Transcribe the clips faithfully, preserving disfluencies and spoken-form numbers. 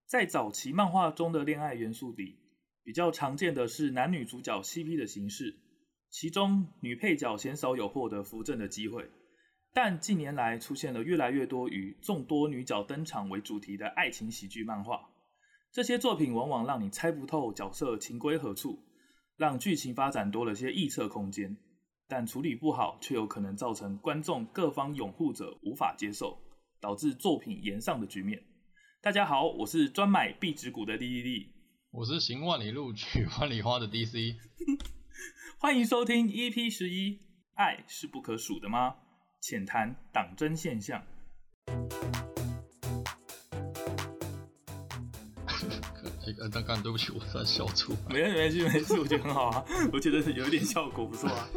在早期漫画中的恋爱元素里，比较常见的是男女主角 C P 的形式，其中女配角鲜少有获得扶正的机会。但近年来出现了越来越多以众多女角登场为主题的爱情喜剧漫画，这些作品往往让你猜不透角色情归何处，让剧情发展多了些臆测空间，但处理不好却有可能造成观众各方拥护者无法接受，导致作品延上的局面。大家好，我是专买壁纸股的 D D D， 我是行万里路取万里花的 D C 欢迎收听 E P 十一，爱是不可数的吗？浅谈党争现象。 哎，刚刚对不起，我在笑出来。 没没事没事，我觉得很好啊，我觉得有一点效果不错啊。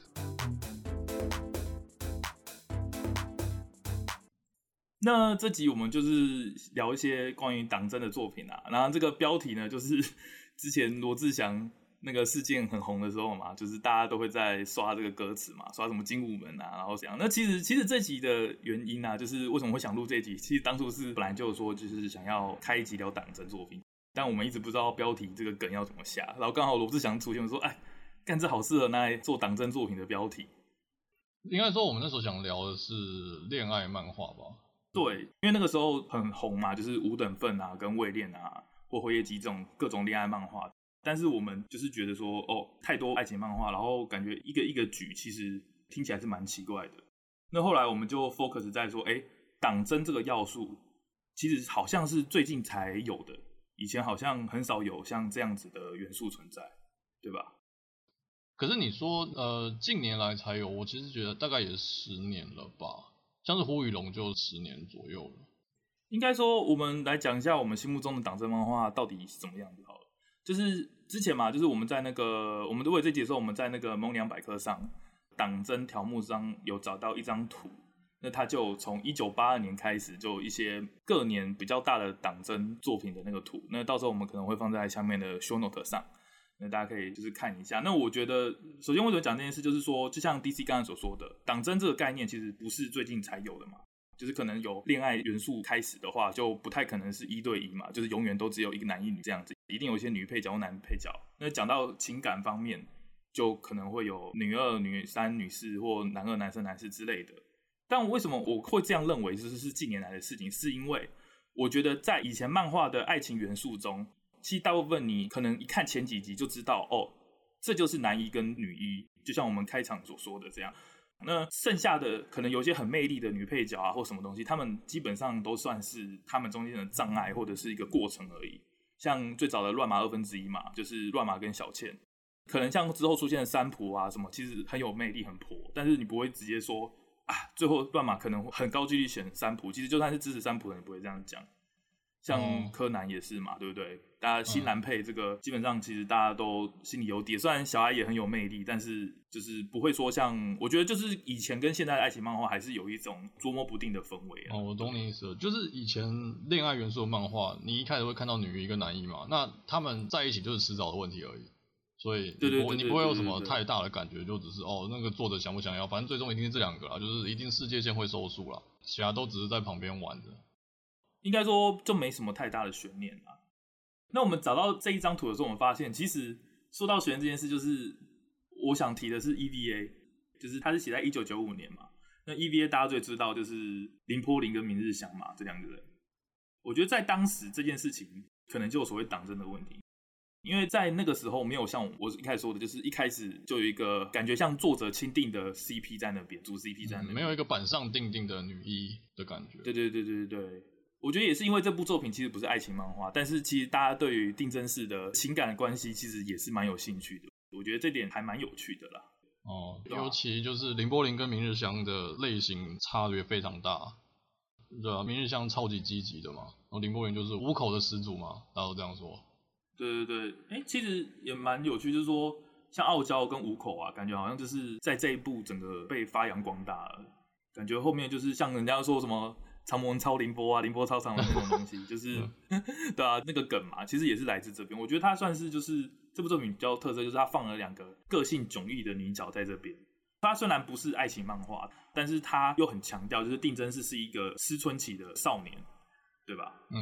那这集我们就是聊一些关于党争的作品啊，然后这个标题呢，就是之前罗志祥那个事件很红的时候嘛，就是大家都会在刷这个歌词嘛，刷什么精武门啊，然后这样。那其实其实这集的原因啊，就是为什么会想录这集，其实当初是本来就有说就是想要开一集聊党争作品，但我们一直不知道标题这个梗要怎么下，然后刚好罗志祥出现说，哎，干这好适合拿来做党争作品的标题。 应该说我们那时候想聊的是恋爱漫画吧。 对，因为那个时候很红嘛，就是五等份啊、跟未恋啊或辉夜姬这种各种恋爱漫画。但是我们就是觉得说，哦，太多爱情漫画，然后感觉一个一个举，其实听起来是蛮奇怪的。那后来我们就 focus 在说，哎，党争这个要素，其实好像是最近才有的，以前好像很少有像这样子的元素存在，对吧？ 可是你说，呃，近年来才有，我其实觉得大概也十年了吧。像是虎与龙就十年左右了。 应该说，我们来讲一下我们心目中的党争漫画到底是怎么样子好了。就是之前嘛，就是我们在那个我们为这集的时候，我们在那个萌娘百科上党争条目上有找到一张图，那它就从一九八二年开始就有一些各年比较大的党争作品的那个图，那到时候我们可能会放在下面的 show note 上，那大家可以就是看一下。那我觉得首先为什么讲这件事，就是说就像 D C 刚才所说的，党争这个概念其实不是最近才有的嘛，就是可能有恋爱元素开始的话，就不太可能是一对一嘛，就是永远都只有一个男一女这样子，一定有一些女配角或男配角。那讲到情感方面，就可能会有女二、女三、女四或男二、男生、男四之类的。但为什么我会这样认为，就是是近年来的事情，是因为我觉得在以前漫画的爱情元素中，其实大部分你可能一看前几集就知道，哦，这就是男一跟女一，就像我们开场所说的这样。那剩下的可能有些很魅力的女配角啊，或什么东西，他们基本上都算是他们中间的障碍或者是一个过程而已。像最早的乱马二分之一嘛，就是乱马跟小倩，可能像之后出现的三婆啊什么，其实很有魅力很婆，但是你不会直接说啊，最后乱马可能很高几率选三婆，其实就算是支持三婆的，你不会这样讲。像柯南也是嘛，嗯、对不对？大家新男配这个、嗯、基本上其实大家都心里有底，虽然小孩也很有魅力，但是就是不会说像我觉得就是以前跟现在的爱情漫画还是有一种捉摸不定的氛围啊。 哦，我懂你意思了，就是以前恋爱元素的漫画，你一开始会看到女一跟男一嘛，那他们在一起就是迟早的问题而已，所以你不你不会有什么太大的感觉，就只是哦那个作者想不想要，反正最终一定是这两个啦，就是一定世界线会收束啦，其他都只是在旁边玩的。 应该说就没什么太大的悬念啦。那我们找到这一张图的时候，我们发现其实说到悬念这件事，就是我想提的是 E V A， 就是它是写在一九九五年嘛。那 E V A 大家最知道就是林波林跟明日香嘛，这两个人。我觉得在当时这件事情可能就有所谓党争的问题，因为在那个时候没有像我一开始说的，就是一开始就有一个感觉像作者钦定的 C P 在那边，主 C P 在那边、 嗯，没有一个板上钉钉的女一的感觉。 对对对对对。我觉得也是因为这部作品其实不是爱情漫画，但是其实大家对于定真式的情感的关系其实也是蛮有兴趣的，我觉得这点还蛮有趣的啦。 哦，尤其就是林波林跟明日香的类型差别非常大，对啊，明日香超级积极的嘛，然后林波林就是五口的始祖嘛，大家都这样说。 对对对，哎，其实也蛮有趣，就是说像傲娇跟五口啊，感觉好像就是在这一部整个被发扬光大了，感觉后面就是像人家说什么长魔超凌波啊，凌波超长那种东西，就是对啊，那个梗嘛，其实也是来自这边。我觉得他算是就是这部作品比较特色，就是他放了两个个性迥异的女角在这边。他虽然不是爱情漫画，但是他又很强调，就是定真寺是一个思春期的少年，对吧？ 嗯，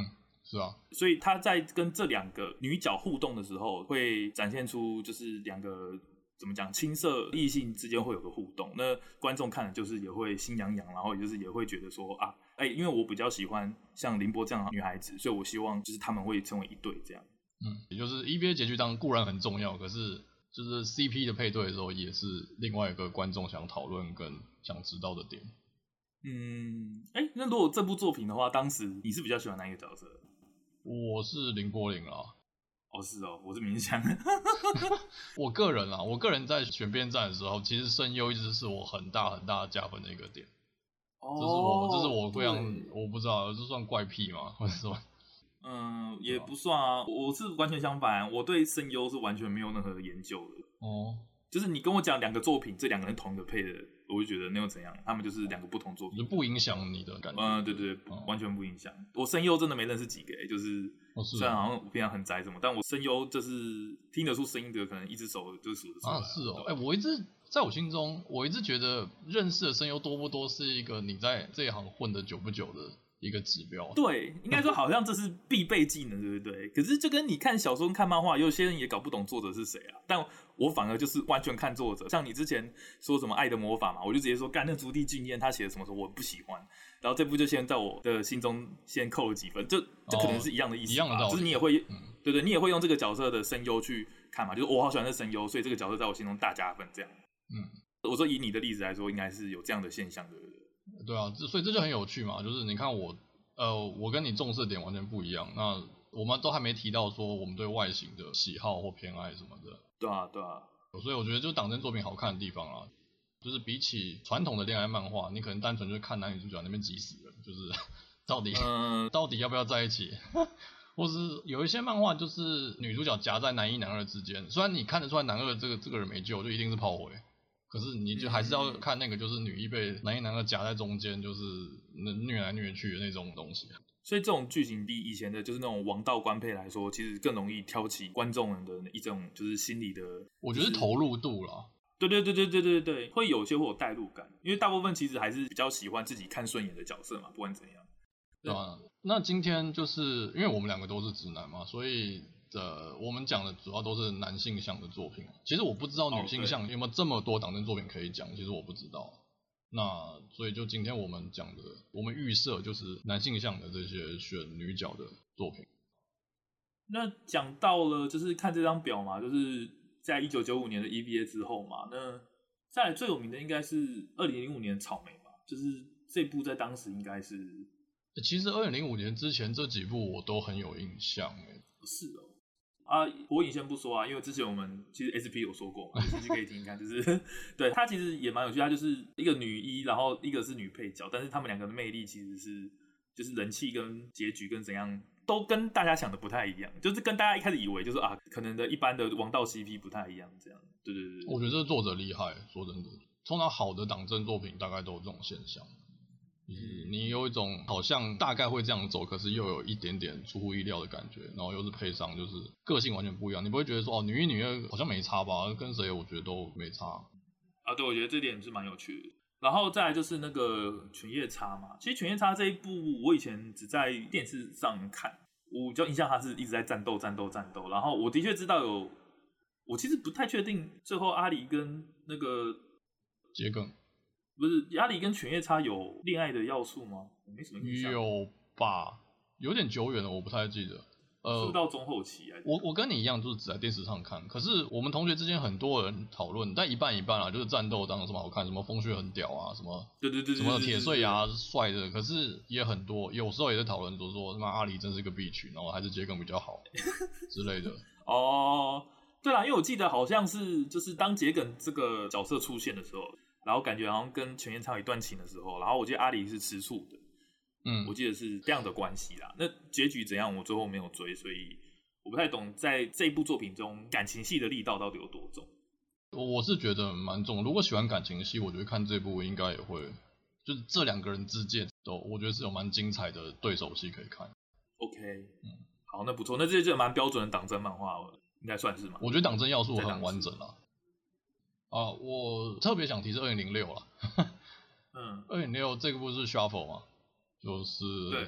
是啊， 所以他在跟这两个女角互动的时候，会展现出就是两个怎么讲青涩异性之间会有个互动，那观众看了就是也会心痒痒，然后也就是也会觉得说啊，哎、欸，因为我比较喜欢像凌波这样的女孩子，所以我希望就是他们会成为一对这样。 嗯，也就是 E V A 结局当然固然很重要，可是就是 C P 的配对的时候，也是另外一个观众想讨论跟想知道的点。 嗯，哎、欸，那如果这部作品的话，当时你是比较喜欢哪一个角色？ 我是凌波凌啦。 哦，是哦，我是明香。 我个人啊，我个人在选边站的时候，其实声优一直是我很大很大加分的一个点。哦，这是我，这是我非常，我不知道，这算怪癖吗？或者说， 嗯，也不算啊，我是完全相反，我对声优是完全没有任何研究的。哦，就是你跟我讲两个作品，这两个人同一个配的，我就觉得那又怎样？他们就是两个不同作品， 就不影响你的感觉。 嗯，对对对，哦、完全不影响。我声优真的没认识几个、欸，就是、哦、是虽然好像我平常很宅什么，但我声优就是听得出声音的，可能一只手就数得出来。 啊，是哦，哎、欸，我一直在我心中，我一直觉得认识的声优多不多是一个你在这一行混得久不久的一个指标。 对，应该说好像这是必备技能，对不对？可是就跟你看小说、看漫画，有些人也搞不懂作者是谁啊。但我反而就是完全看作者，像你之前说什么《爱的魔法》嘛，我就直接说干那竹地俊彦他写的什么时候我不喜欢，然后这部就先在我的心中先扣了几分，就就可能是一样的意思吧、哦， 一样的道理， 就是你也会，嗯、对对，你也会用这个角色的声优去看嘛，就是我好喜欢这声优，所以这个角色在我心中大加分这样。嗯，我说以你的例子来说，应该是有这样的现象，对不对？ 对啊，所以这就很有趣嘛，就是你看我，呃，我跟你重视的点完全不一样，那我们都还没提到说我们对外形的喜好或偏爱什么的。 对啊，对啊。 所以我觉得就是党争作品好看的地方啊，就是比起传统的恋爱漫画，你可能单纯就是看男女主角那边急死人，就是到底、嗯、到底要不要在一起，或是有一些漫画就是女主角夹在男一男二之间，虽然你看得出来男二这个这个人没救，就一定是炮灰，可是你就还是要看那个就是女一被男一男二夹在中间，就是虐来虐去的那种东西。 所以这种剧情比以前的就是那种王道官配来说，其实更容易挑起观众人的一种就是心理的， 我觉得是投入度啦。 对对对对对对对，会有些会有代入感，因为大部分其实还是比较喜欢自己看顺眼的角色嘛，不管怎样。 对啊，那今天就是因为我们两个都是直男嘛，所以呃，我们讲的主要都是男性向的作品。其实我不知道女性向有没有这么多党争作品可以讲，其实我不知道。那所以就今天我们讲的，我们预设就是男性向的这些选女角的作品。 那讲到了就是看这张表嘛，就是在一九九五年的 E V A 之后嘛，那再来最有名的应该是二零零五年的草莓吧，就是这部在当时应该是， 其实二零零五年之前这几部我都很有印象诶。 是哦。啊，火影先不说啊，因为之前我们其实 S P 有说过嘛，有兴趣可以听看。就是对他其实也蛮有趣，他就是一个女一，然后一个是女配角，但是他们两个的魅力其实是就是人气跟结局跟怎样都跟大家想的不太一样，就是跟大家一开始以为就是啊，可能的一般的王道 C P 不太一样这样。对对 对, 对， 我觉得这作者厉害，说真的，通常好的党争作品大概都有这种现象。就是你有一种好像大概会这样走，可是又有一点点出乎意料的感觉，然后又是配上就是个性完全不一样，你不会觉得说哦女一女二好像没差吧，跟谁我觉得都没差啊。对，我觉得这点是蛮有趣的。然后再来就是那个犬夜叉嘛，其实犬夜叉这一部我以前只在电视上看，我比较印象它是一直在战斗战斗战斗，然后我的确知道有，我其实不太确定最后阿离跟那个桔梗。 不是阿离跟犬夜叉有恋爱的要素吗？我没什么印象。 有吧，有点久远了，我不太记得。呃， 是不是到中后期啊？ 我我跟你一样，就是只在电视上看。可是我们同学之间很多人讨论，但一半一半啊，就是战斗当中什么好看，什么风穴很屌啊，什么对对对， 什么铁碎牙帅的。可是也很多，有时候也在讨论说说他妈阿离真是个必曲，然后还是桔梗比较好之类的。 哦，对啦，因为我记得好像是就是当桔梗这个角色出现的时候。然后感觉好像跟犬夜叉有一段情的时候，然后我记得阿离是吃醋的，嗯，我记得是这样的关系啦。那结局怎样，我最后没有追，所以我不太懂在这一部作品中感情戏的力道到底有多重。 我是觉得蛮重，如果喜欢感情戏，我觉得看这部应该也会，就是这两个人之间都，我觉得是有蛮精彩的对手戏可以看。 OK， 嗯，好，那不错，那这就蛮标准的党争漫画，应该算是嘛。 我觉得党争要素很完整啦。啊，我特别想提是二零零六啦，嗯，二零零六这个部是 Shuffle 嘛，就是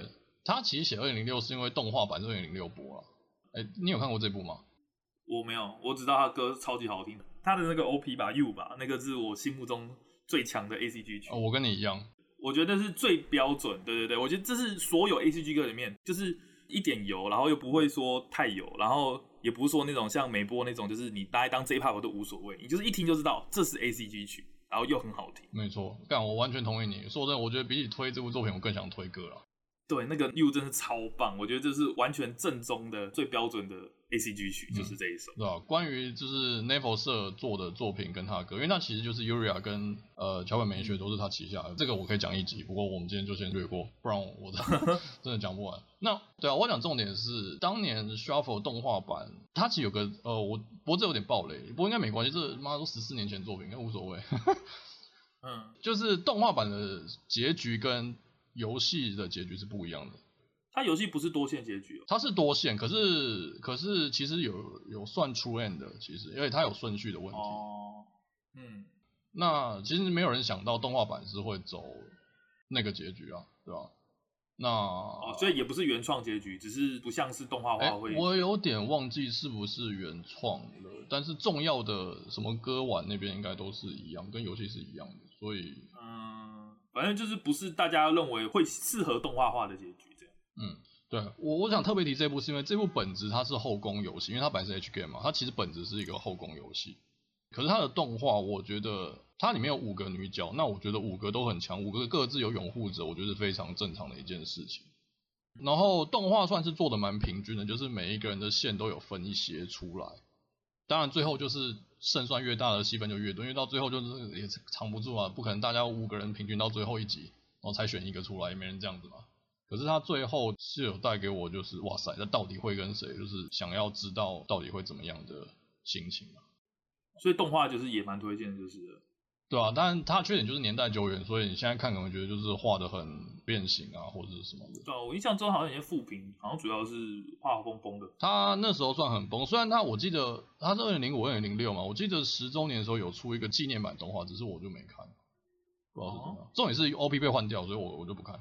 他其实写二零零六是因为动画版是二零零六播了。哎、欸，你有看过这部吗？ 我没有，我只知道他歌超级好听，他的那个 O P 吧 ，You 吧，那个是我心目中最强的 A C G 曲。 哦，我跟你一样， 我觉得是最标准。对对对，我觉得这是所有 A C G 歌里面，就是一点油，然后又不会说太油，然后也不是说那种像美波那种，就是你大概当 J-Pop 都无所谓，你就是一听就知道这是 A C G 曲，然后又很好听。 没错，干，我完全同意你。说真的，我觉得比起推这部作品，我更想推歌了。 对，那个 You 真是超棒，我觉得这是完全正宗的、最标准的 A C G 曲，嗯、就是这一首。 对啊，关于就是 Navel 社做的作品跟他的歌，因为他其实就是 Yuria 跟呃桥本美雪都是他旗下的，这个我可以讲一集，不过我们今天就先略过，不然我真的讲不完。那对啊，我讲重点是当年 Shuffle 动画版，它其实有个呃，我不过这有点爆雷，不过应该没关系，这妈都十四年前作品，应该无所谓。嗯，就是动画版的结局跟游戏的结局是不一样的。 它游戏不是多线结局、哦， 它是多线，可是可是其实有有算 true end 的，其实因为它有顺序的问题。哦，嗯，那其实没有人想到动画版是会走那个结局啊，对吧？那哦，所以也不是原创结局，只是不像是动画化会、 欸。我有点忘记是不是原创了，但是重要的什么歌玩那边应该都是一样，跟游戏是一样的，所以嗯，反正就是不是大家认为会适合动画化的结局这样。 嗯，对我我想特别提这部是因为这部本质它是后宫游戏，因为它本来是 H game 嘛，它其实本质是一个后宫游戏。可是它的动画，我觉得它里面有五个女角，那我觉得五个都很强，五个各自有拥护者，我觉得是非常正常的一件事情。然后动画算是做的蛮平均的，就是每一个人的线都有分一些出来。当然最后就是胜算越大的戏份就越多，因为到最后就是也藏不住啊，不可能大家五个人平均到最后一集，然后才选一个出来，也没人这样子嘛。可是他最后是有带给我就是哇塞，那到底会跟谁？就是想要知道到底会怎么样的心情啊。 所以动画就是也蛮推荐的，就是了。 对啊，但它缺点就是年代久远，所以你现在看可能觉得就是画的很变形啊，或者是什么的。 对啊，我印象中好像有些负评，好像主要是画风崩的。 他那时候算很崩，虽然他我记得他是二零零五、二零零六嘛，我记得十周年的时候有出一个纪念版动画，只是我就没看，不知道是怎么样。哦、重点是 O P 被换掉，所以我我就不看。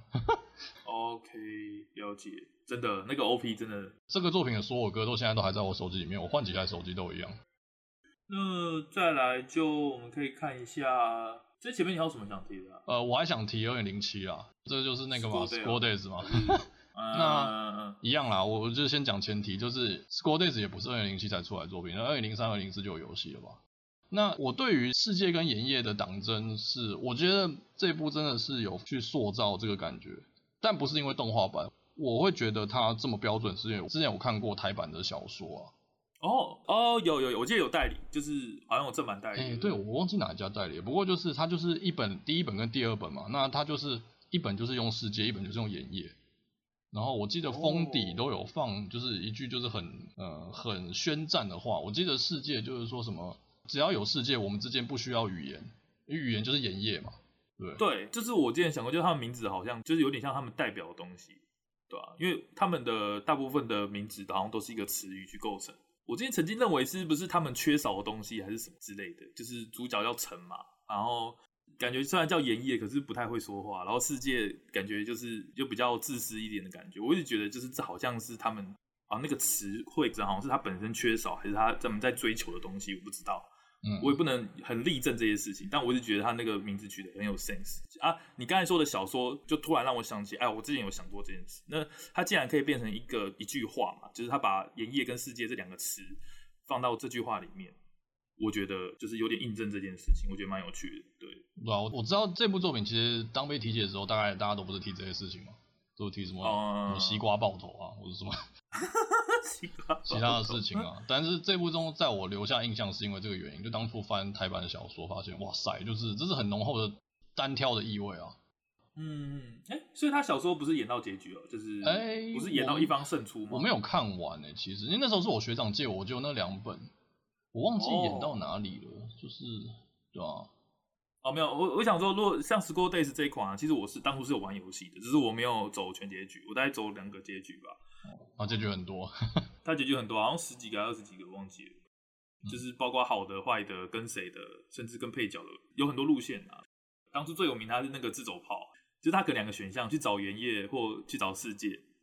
OK， 了解，真的那个 O P 真的， 这个作品的所有歌都现在都还在我手机里面，我换几台手机都一样。 那再来就我们可以看一下，这前面你还有什么想提的、啊？ 呃，我还想提二零零七啊，这就是那个嘛 ，School Days 嘛。 嗯、 那一样啦，我就先讲前提，就是 School Days 也不是二零零七才出来的作品，那二零零三、二零零四就有游戏了吧？那我对于世界跟盐业的党争是，我觉得这部真的是有去塑造这个感觉，但不是因为动画版，我会觉得它这么标准，是因为我之前有看过台版的小说啊。 哦哦，有有有，我记得有代理，就是好像有正版代理。 哎、欸，对，我忘记哪一家代理，不过就是它就是一本，第一本跟第二本嘛，那它就是一本就是用世界，一本就是用盐业。然后我记得封底都有放，就是一句就是很呃很宣战的话。我记得世界就是说什么，只要有世界，我们之间不需要语言，因为语言就是盐业嘛。对对，就是我之前想过，就是他们名字好像就是有点像他们代表的东西，对吧、啊？因为他们的大部分的名字好像都是一个词语去构成。我之前曾经认为是不是他们缺少的东西还是什么之类的，就是主角叫陈嘛，然后感觉虽然叫盐业，可是不太会说话，然后世界感觉就是就比较自私一点的感觉。我一直觉得就是这好像是他们啊那个词汇，好像是他本身缺少，还是他他们在追求的东西，我不知道。嗯，我也不能很力证这些事情，但我一直觉得他那个名字取得很有 sense 啊。你刚才说的小说，就突然让我想起，哎，我之前有想过这件事。那他竟然可以变成一个一句话嘛，就是他把盐业跟世界这两个词放到这句话里面，我觉得就是有点印证这件事情，我觉得蛮有趣的。对， 对啊，我知道这部作品其实当被提起的时候，大概大家都不是提这些事情嘛，都提什么、嗯、什么西瓜爆头啊，或者什么。其他的事情啊，但是这部中在我留下印象是因为这个原因，就当初翻台版的小说，发现哇塞，就是这是很浓厚的单挑的意味啊。 嗯，哎、欸，所以他小说不是演到结局了，就是哎，不是演到一方胜出吗？ 我, 我没有看完哎、欸，其实因为那时候是我学长借我，我就有那两本，我忘记演到哪里了，哦、就是对吧、啊？ 哦，没有，我我想说，如果像 School Days 这一款、啊，其实我是当初是有玩游戏的，只是我没有走全结局，我大概走两个结局吧。 啊，结局很多， 他结局很多，好像十几个、二十几个，忘记了。嗯、就是包括好的、坏的、跟谁的，甚至跟配角的，有很多路线啊。当初最有名他是那个自走炮，就是他可能两个选项，去找原业或去找世界，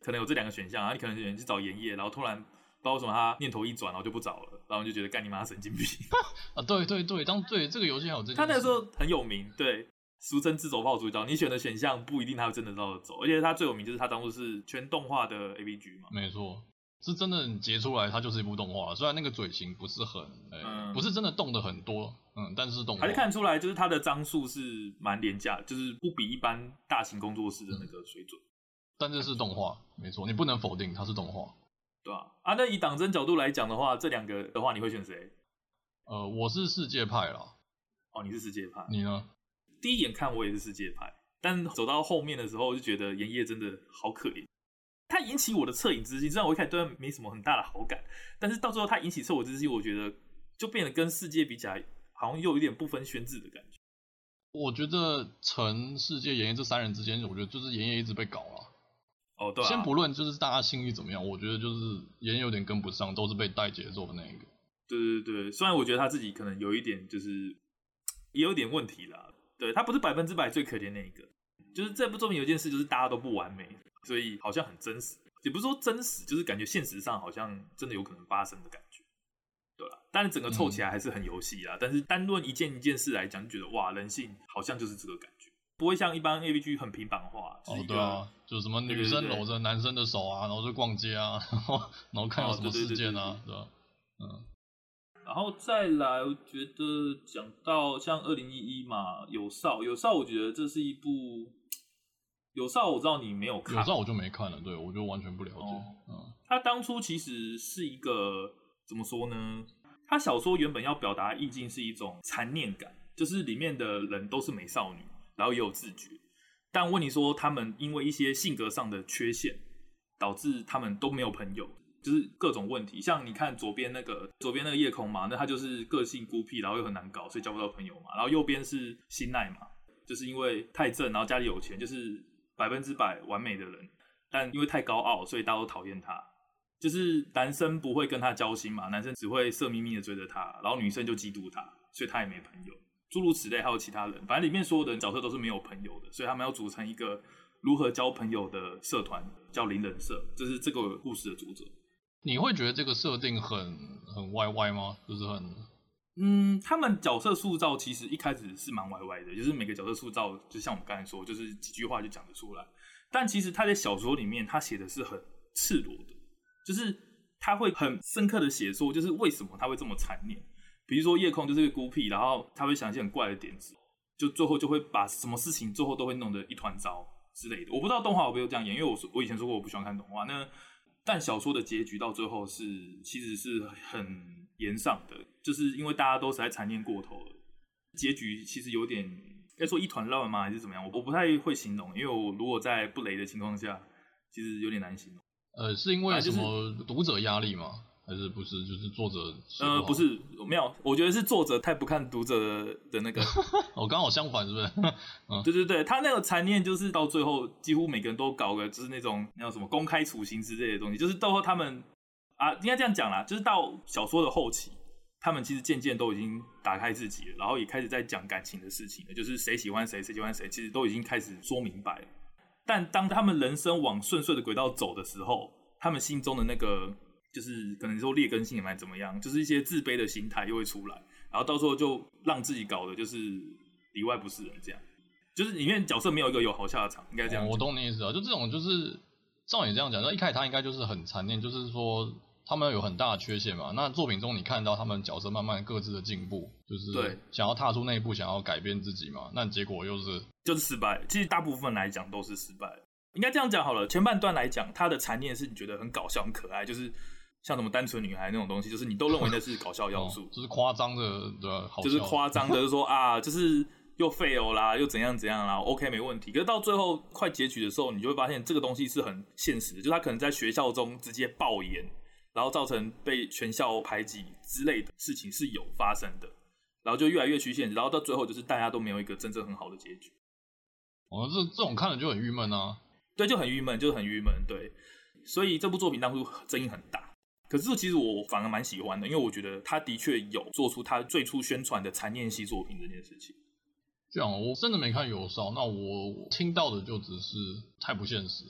可能有这两个选项，然后你可能选去找盐业，然后突然不知道为什么他念头一转，然后就不找了，然后就觉得干你妈神经病啊！对对对，当对这个游戏还有这件事， 他那个时候很有名，对，俗称自走炮主角，你选的选项不一定他会真的照着走，而且他最有名就是他当初是全动画的 A V G 嘛， 没错。是真的截出来，它就是一部动画。虽然那个嘴型不是很，欸嗯、不是真的动的很多，嗯，但是动画还是看出来，就是它的张数是蛮廉价，就是不比一般大型工作室的那个水准。嗯、 但这是动画，没错，你不能否定它是动画， 对啊，啊，那以党争角度来讲的话，这两个的话，你会选谁？ 呃，我是世界派啦。 哦，你是世界派， 你呢？ 第一眼看我也是世界派，但走到后面的时候，就觉得岩叶真的好可怜。他引起我的恻隐之心，虽然我一开始对他没什么很大的好感，但是到最后他引起恻隐之心，我觉得就变得跟世界比起来，好像又有一点不分轩轾的感觉。 我觉得陈、世界、岩叶这三人之间，我觉得就是岩叶一直被搞了。 哦，对啊。 先不论就是大家心里怎么样，我觉得就是岩叶有点跟不上，都是被带节奏的那一个。 对对对，虽然我觉得他自己可能有一点就是也有点问题啦，对他不是百分之百最可怜那一个，就是这部作品有一件事就是大家都不完美。所以好像很真实，也不是说真实，就是感觉现实上好像真的有可能发生的感觉，对啦。但是整个凑起来还是很游戏啦、嗯。但是单论一件一件事来讲，就觉得哇，人性好像就是这个感觉，不会像一般 A V G 很平板化。 哦，对啊，就什么女生搂着男生的手啊，然后就逛街啊，然后然后看有什么事件啊，对吧？嗯。 然后再来，我觉得讲到像二零一一嘛，有少有少，我觉得这是一部。有少我知道你没有看， 有少我就没看了，对我就完全不了解。哦、 嗯，他当初其实是一个怎么说呢？他小说原本要表达的意境是一种残念感，就是里面的人都是美少女，然后也有自觉，但问题说他们因为一些性格上的缺陷，导致他们都没有朋友，就是各种问题。像你看左边那个左边那个夜空嘛，那他就是个性孤僻，然后又很难搞，所以交不到朋友嘛。然后右边是新奈嘛，就是因为太正，然后家里有钱，就是百分之百完美的人，但因为太高傲，所以大家都讨厌他。就是男生不会跟他交心嘛，男生只会色眯眯的追着他，然后女生就嫉妒他，所以他也没朋友。诸如此类，还有其他人，反正里面所有的角色都是没有朋友的，所以他们要组成一个如何交朋友的社团，叫零人社，这是这个故事的主轴。 你会觉得这个设定很很歪歪吗？就是很…… 嗯，他们角色塑造其实一开始是蛮歪歪的，就是每个角色塑造，就像我们刚才说，就是几句话就讲得出来。但其实他在小说里面，他写的是很赤裸的，就是他会很深刻的写说，就是为什么他会这么残念。比如说夜空就是个孤僻，然后他会想一些很怪的点子，就最后就会把什么事情最后都会弄得一团糟之类的。我不知道动画有没有这样演，因为我我以前说过我不喜欢看动画，那但小说的结局到最后是其实是很严上的，就是因为大家都实在残念过头了，结局其实有点该说一团乱吗还是怎么样，我不太会形容，因为我如果在不雷的情况下，其实有点难形容。 呃，是因为什么读者压力吗？还是不是？就是作者呃不是没有，我觉得是作者太不看读者 的, 的那个。 我刚好相反，是不是？ 嗯、对对对，他那个残念就是到最后几乎每个人都搞个就是那种那种什么公开处刑之类的东西，就是到后他们啊应该这样讲啦，就是到小说的后期，他们其实渐渐都已经打开自己了，然后也开始在讲感情的事情了，就是谁喜欢谁，谁喜欢谁，其实都已经开始说明白了。但当他们人生往顺遂的轨道走的时候，他们心中的那个就是可能说劣根性也蛮怎么样，就是一些自卑的心态又会出来，然后到时候就让自己搞的就是里外不是人这样，就是里面角色没有一个有好下场，应该这样、哦。 我懂你意思啊，就这种就是照你这样讲，那一开始他应该就是很残念，就是说他们有很大的缺陷嘛。那作品中你看到他们角色慢慢各自的进步，就是想要踏出那一步，想要改变自己嘛。那结果又是就是失败。其实大部分来讲都是失败。应该这样讲好了，前半段来讲，他的残念是你觉得很搞笑、很可爱，就是像什么单纯女孩那种东西，就是你都认为那是搞笑要素， 哦、就是夸张的，对吧？好笑就是夸张的，就是说啊，就是又废哦啦，又怎样怎样啦 ，OK 没问题。可是到最后快结局的时候，你就会发现这个东西是很现实的，就是他可能在学校中直接爆炎，然后造成被全校排挤之类的事情是有发生的，然后就越来越趋现实，然后到最后就是大家都没有一个真正很好的结局。 哦，这这种看了就很郁闷啊。 对，就很郁闷，就是很郁闷。对，所以这部作品当初争议很大。可是其实我反而蛮喜欢的，因为我觉得他的确有做出他最初宣传的残念系作品这件事情。 这样，我真的没看有少，那我听到的就只是太不现实了，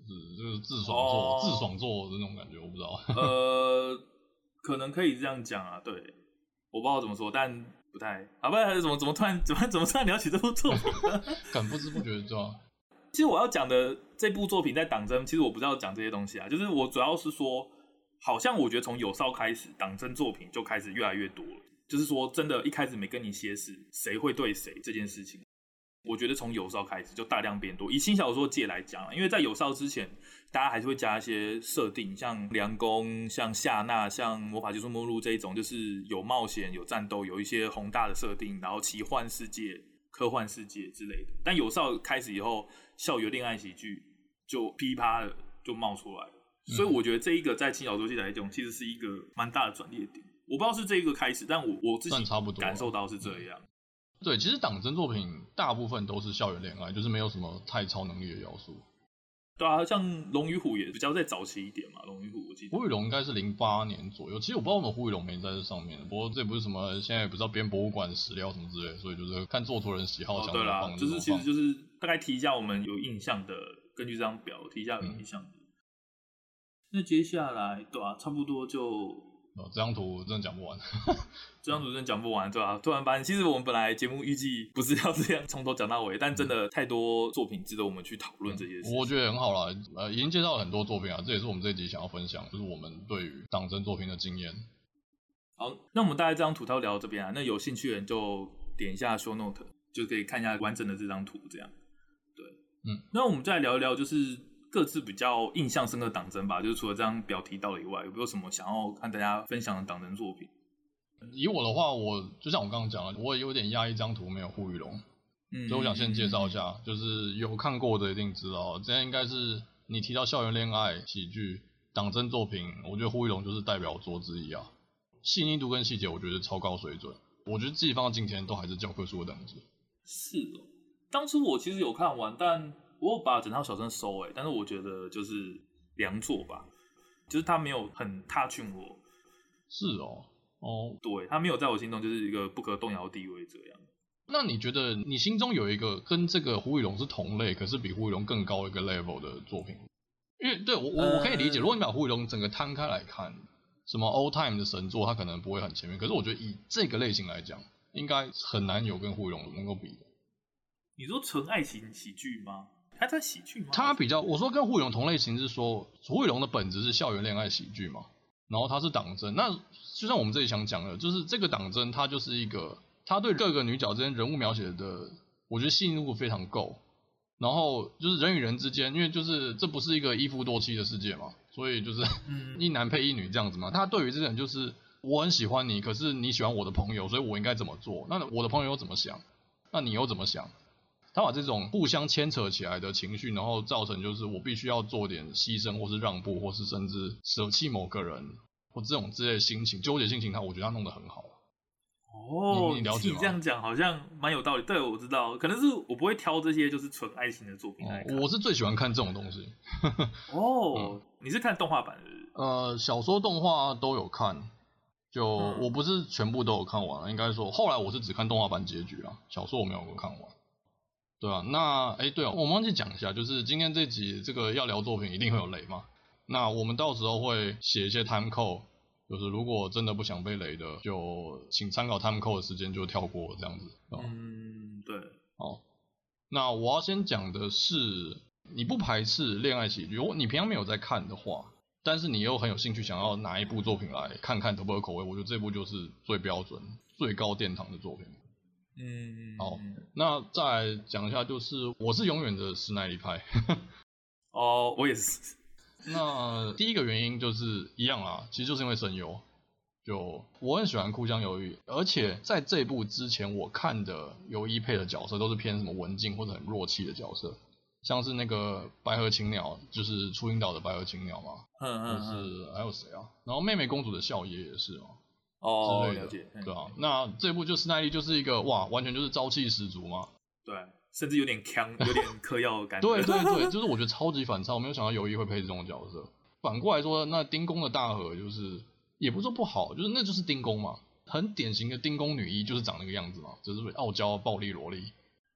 就是就是自爽做、哦、自爽做的那种感觉，我不知道。 呃，可能可以这样讲啊，对，我不知道怎么说，但不太啊，不然怎么怎么突然怎么怎么突然聊起这部作品呢？ 敢不知不觉对吧？ 其实我要讲的这部作品在党争，其实我不是要讲这些东西啊，就是我主要是说，好像我觉得从有少开始，党争作品就开始越来越多了。就是说，真的，一开始没跟你写死谁会对谁这件事情，我觉得从有少开始就大量变多。以轻小说界来讲，因为在有少之前，大家还是会加一些设定，像凉宫、像夏娜、像魔法技术目录这一种，就是有冒险、有战斗、有一些宏大的设定，然后奇幻世界、科幻世界之类的。但有少开始以后，校园恋爱喜剧就噼啪的就冒出来了。所以我觉得这一个在轻小说界来讲，其实是一个蛮大的转捩点。我不知道是这一个开始，但我我自己感受到是这样。 对，其实党争作品大部分都是校园恋爱，就是没有什么太超能力的要素。 对啊，像《龙与虎》也比较再早期一点嘛，《龙与虎》我记得。 虎与龙应该是零八年左右，其实我不知道为什么虎与龙没在这上面，不过这也不是什么现在也不知道编博物馆史料什么之类的，所以就是看作图人喜好想、哦、 对啦，就是其实就是大概提一下我们有印象的，根据这张表提一下有印象的。嗯、那接下来对啊，差不多就。 哦、这张图真的讲不完， 这张图真的讲不完，对吧、啊？突然发现，其实我们本来节目预计不是要这样从头讲到尾，但真的太多作品值得我们去讨论这些事情、 嗯。我觉得很好啦，呃，已经介绍了很多作品啊，这也是我们这一集想要分享，就是我们对于党争作品的经验。 好，那我们大概这张图套聊到这边啊，那有兴趣的人就点一下 show note， 就可以看一下完整的这张图，这样。对， 嗯， 那我们再来聊一聊，就是。各自比较印象深刻的党争吧，就是除了这张表提到了以外，有没有什么想要和大家分享的党争作品？ 以我的话，我就像我刚刚讲的，我也有点压抑，这张图没有虎与龙，嗯，所以我想先介绍一下，就是有看过的一定知道，这应该是你提到校园恋爱喜剧党争作品，我觉得虎与龙就是代表作之一啊，细腻度跟细节我觉得超高水准，我觉得自己放到今天都还是教科书的等级。 是哦，当初我其实有看完，但。我有把整套小说收哎，但是我觉得就是良作吧，就是他没有很 touch 我。 是哦，哦， 对，他没有在我心中就是一个不可动摇的地位这样。 那你觉得你心中有一个跟这个虎与龙是同类，可是比虎与龙更高一个 level 的作品？因为对我我我可以理解，如果你把虎与龙整个摊开来看，什么 old time 的神作，它可能不会很前面，可是我觉得以这个类型来讲，应该很难有跟虎与龙能够比的。 你说纯爱情喜剧吗？他在喜剧吗？ 他比较，我说跟虎与龙同类型是说，虎与龙的本质是校园恋爱喜剧嘛，然后它是党争。那就像我们这里想讲的，就是这个党争，它就是一个，它对各个女角之间人物描写的，我觉得细腻度非常够。然后就是人与人之间，因为就是这不是一个一夫多妻的世界嘛，所以就是一男配一女这样子嘛。他对于这种就是我很喜欢你，可是你喜欢我的朋友，所以我应该怎么做？那我的朋友又怎么想？那你又怎么想？他把这种互相牵扯起来的情绪，然后造成就是我必须要做点牺牲，或是让步，或是甚至舍弃某个人，或这种之类的心情、纠结心情，他我觉得他弄得很好。 哦， 你, 你了解吗？ 你这样讲好像蛮有道理。对，我知道，可能是我不会挑这些就是纯爱情的作品来看。 哦、我是最喜欢看这种东西。 哦、嗯，你是看动画版的？ 呃，小说、动画都有看，就、嗯、我不是全部都有看完，应该说后来我是只看动画版结局啦，小说我没有看完。对啊，那哎对啊，我们忘记讲一下，就是今天这集这个要聊作品一定会有雷嘛，那我们到时候会写一些 time code， 就是如果真的不想被雷的，就请参考 time code 的时间就跳过这样子。 嗯，对。 好，那我要先讲的是，你不排斥恋爱喜剧，如果你平常没有在看的话，但是你又很有兴趣想要拿一部作品来看看合不合口味，我觉得这部就是最标准、最高殿堂的作品。 嗯， 好，那再来讲一下，就是我是永远的施耐力派。 哦，我也是。 那第一个原因就是一样啦，其实就是因为声优，就我很喜欢哭江游一，而且在这一部之前我看的游一配的角色都是偏什么文静或者很弱气的角色，像是那个白河青鸟，就是初音岛的白河青鸟嘛， 嗯嗯， 就是还有谁啊？然后妹妹公主的笑爷也是哦。 哦， 之类的， 了解， 对啊，那这部就施耐力就是一个哇，完全就是朝气十足嘛， 对，甚至有点呛，有点嗑药的感觉。 对对对，就是我觉得超级反差，我没有想到游一会配这种角色。反过来说，那丁公的大和就是也不是说不好，就是那就是丁公嘛，很典型的丁公女一就是长那个样子嘛，就是傲娇暴力萝莉。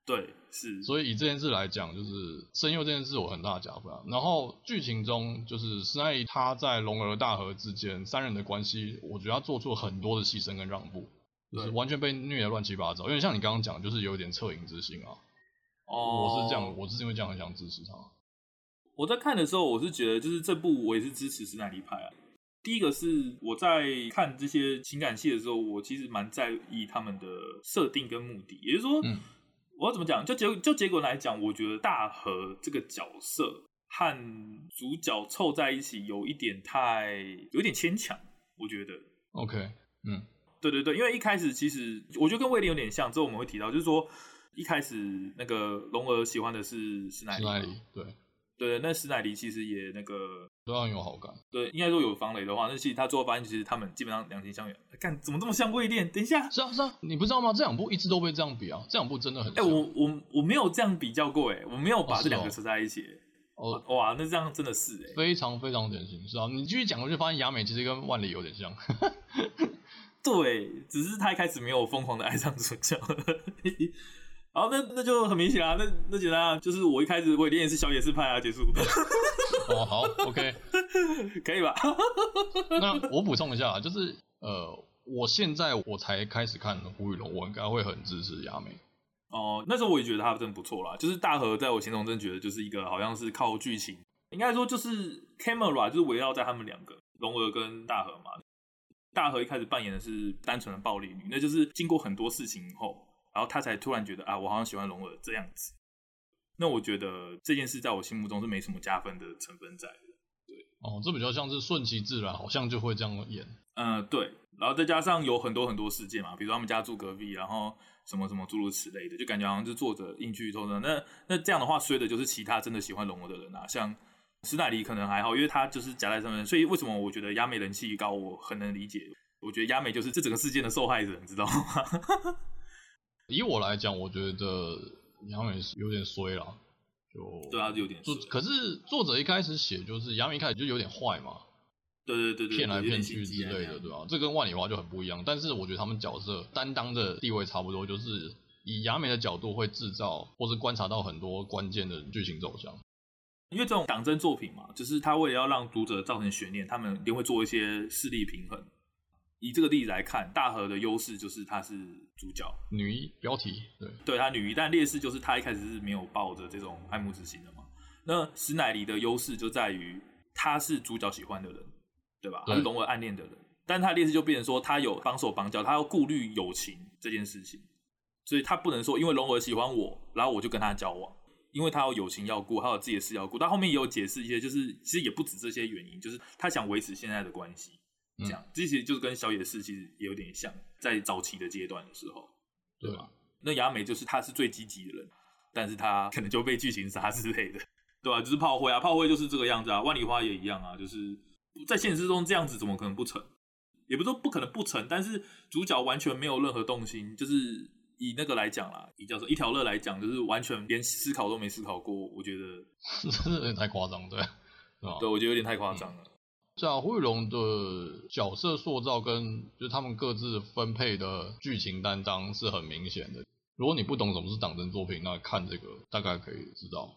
对，是。 所以以这件事来讲，就是声优这件事有很大的加分、啊。然后剧情中，就是施耐庵他在龙儿大和之间三人的关系，我觉得他做出了很多的牺牲跟让步，就是完全被虐得乱七八糟。因为像你刚刚讲，就是有点恻隐之心啊。哦，我是这样，我是因为这样很想支持他。 我在看的时候，我是觉得就是这部我也是支持施耐庵派啊。第一个是我在看这些情感戏的时候，我其实蛮在意他们的设定跟目的，也就是说。嗯，我要怎么讲？就结就结果来讲，我觉得大和这个角色和主角凑在一起有一点太有一点牵强，我觉得。 OK， 嗯， 对对对，因为一开始其实我觉得跟威廉有点像，之后我们会提到，就是说一开始那个龙儿喜欢的是施耐庵， 对对，那施耐庵其实也那个对他很有好感。 对，应该说有方雷的话，那其实他最后发现，其实他们基本上两情相悦。干，怎么这么像威廉？等一下， 是啊是啊，你不知道吗？这两部一直都被这样比啊，这两部真的很像。 哎、欸，我我我没有这样比较过，哎，我没有把这两个扯在一起。哦，哦哇，那这样真的是哎， 非常非常典型，是啊。你继续讲，我就发现雅美其实跟万里有点像。 对，只是他一开始没有疯狂的爱上主角。好，那那就很明显啊，那那简单啊，就是我一开始威廉也是小野士派啊，结束。 哦，好 ，OK， 可以吧？ 那我补充一下，就是呃，我现在我才开始看胡宇龙，我应该会很支持雅美。 哦，那时候我也觉得他真不错啦，就是大和在我心中真的觉得就是一个好像是靠剧情，应该说就是 camera 就是围绕在他们两个龙儿跟大和嘛。大和一开始扮演的是单纯的暴力女，那就是经过很多事情以后。然后他才突然觉得啊，我好像喜欢龙儿这样子。那我觉得这件事在我心目中是没什么加分的成分在的。对， 哦，这比较像是顺其自然，好像就会这样演。 嗯、呃，对。然后再加上有很多很多事件嘛，比如说他们家住隔壁，然后什么什么诸如此类的，就感觉好像是作者硬剧透的。那那这样的话，衰的就是其他真的喜欢龙儿的人啊，像施耐庵可能还好，因为他就是夹在上面。所以为什么我觉得雅美人气高，我很能理解。我觉得雅美就是这整个事件的受害者，你知道吗？ 以我来讲，我觉得雅美有点衰啦，就对啊，有点衰。 可是作者一开始写就是雅美一开始就有点坏嘛， 对对对对， 骗来骗去之类的，对吧、啊？这跟万里花就很不一样。但是我觉得他们角色担当的地位差不多，就是以雅美的角度会制造或是观察到很多关键的剧情走向。 因为这种党争作品嘛，就是他为了要让读者造成悬念，他们一定会做一些势力平衡。以这个例子来看，大和的优势就是她是主角， 女一标题，对， 对她女一，但劣势就是她一开始是没有抱着这种爱慕之心的嘛。那石乃里的优势就在于她是主角喜欢的人，对吧？她是龙儿暗恋的人，但她的劣势就变成说她有帮手帮脚，她要顾虑友情这件事情，所以她不能说因为龙儿喜欢我，然后我就跟她交往，因为她有友情要顾，她有自己的事要顾。但后面也有解释一些，就是其实也不止这些原因，就是她想维持现在的关系。这样，这其实就是跟小野寺其实也有点像，在早期的阶段的时候，对吧？那雅美就是她是最积极的人，但是她可能就被剧情杀之类的，对吧、啊？就是炮灰啊，炮灰就是这个样子啊，万里花也一样啊，就是在现实中这样子怎么可能不成？也不是说不可能不成，但是主角完全没有任何动心，就是以那个来讲啦，以叫做一条乐来讲，就是完全连思考都没思考过，我觉得有点太夸张，对，对吧？ 对，我觉得有点太夸张了。 嗯像胡宇龙的角色塑造跟就是他们各自分配的剧情担当是很明显的。如果你不懂什么是党争作品，那看这个大概可以知道。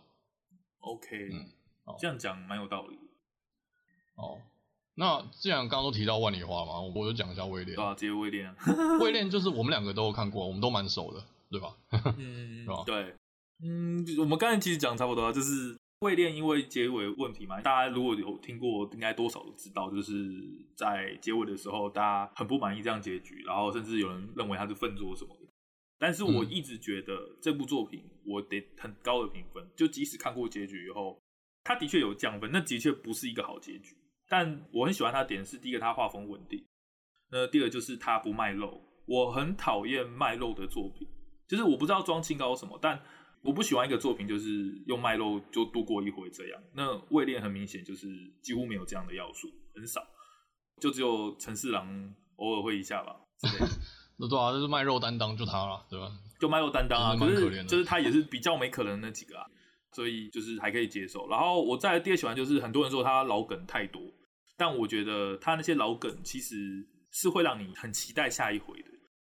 OK， 嗯，这样讲蛮有道理。 哦，那既然刚刚都提到万里花嘛，我就讲一下威廉。 对啊，直接威廉、啊。 威廉就是我们两个都有看过，我们都蛮熟的，对吧？ 嗯，吧对，嗯，我们刚才其实讲差不多，就是。位恋因为结尾问题嘛，大家如果有听过，应该多少都知道，就是在结尾的时候，大家很不满意这样结局，然后甚至有人认为他是粪作什么的。但是我一直觉得这部作品我得很高的评分，就即使看过结局以后，它的确有降分，那的确不是一个好结局。但我很喜欢它的点是，第一个它画风稳定，那第二个就是它不卖肉。我很讨厌卖肉的作品，就是我不知道装清高什么，但我不喜欢一个作品就是用卖肉就度过一回这样。那位恋很明显就是几乎没有这样的要素，很少，就只有陈四郎偶尔会一下吧之类的。 那对啊，就是卖肉担当就他了，对吧？ 就卖肉担当啊， 可是就是他也是比较没可能的那几个啊，所以就是还可以接受。然后我再来第二喜欢就是很多人说他老梗太多，但我觉得他那些老梗其实是会让你很期待下一回的。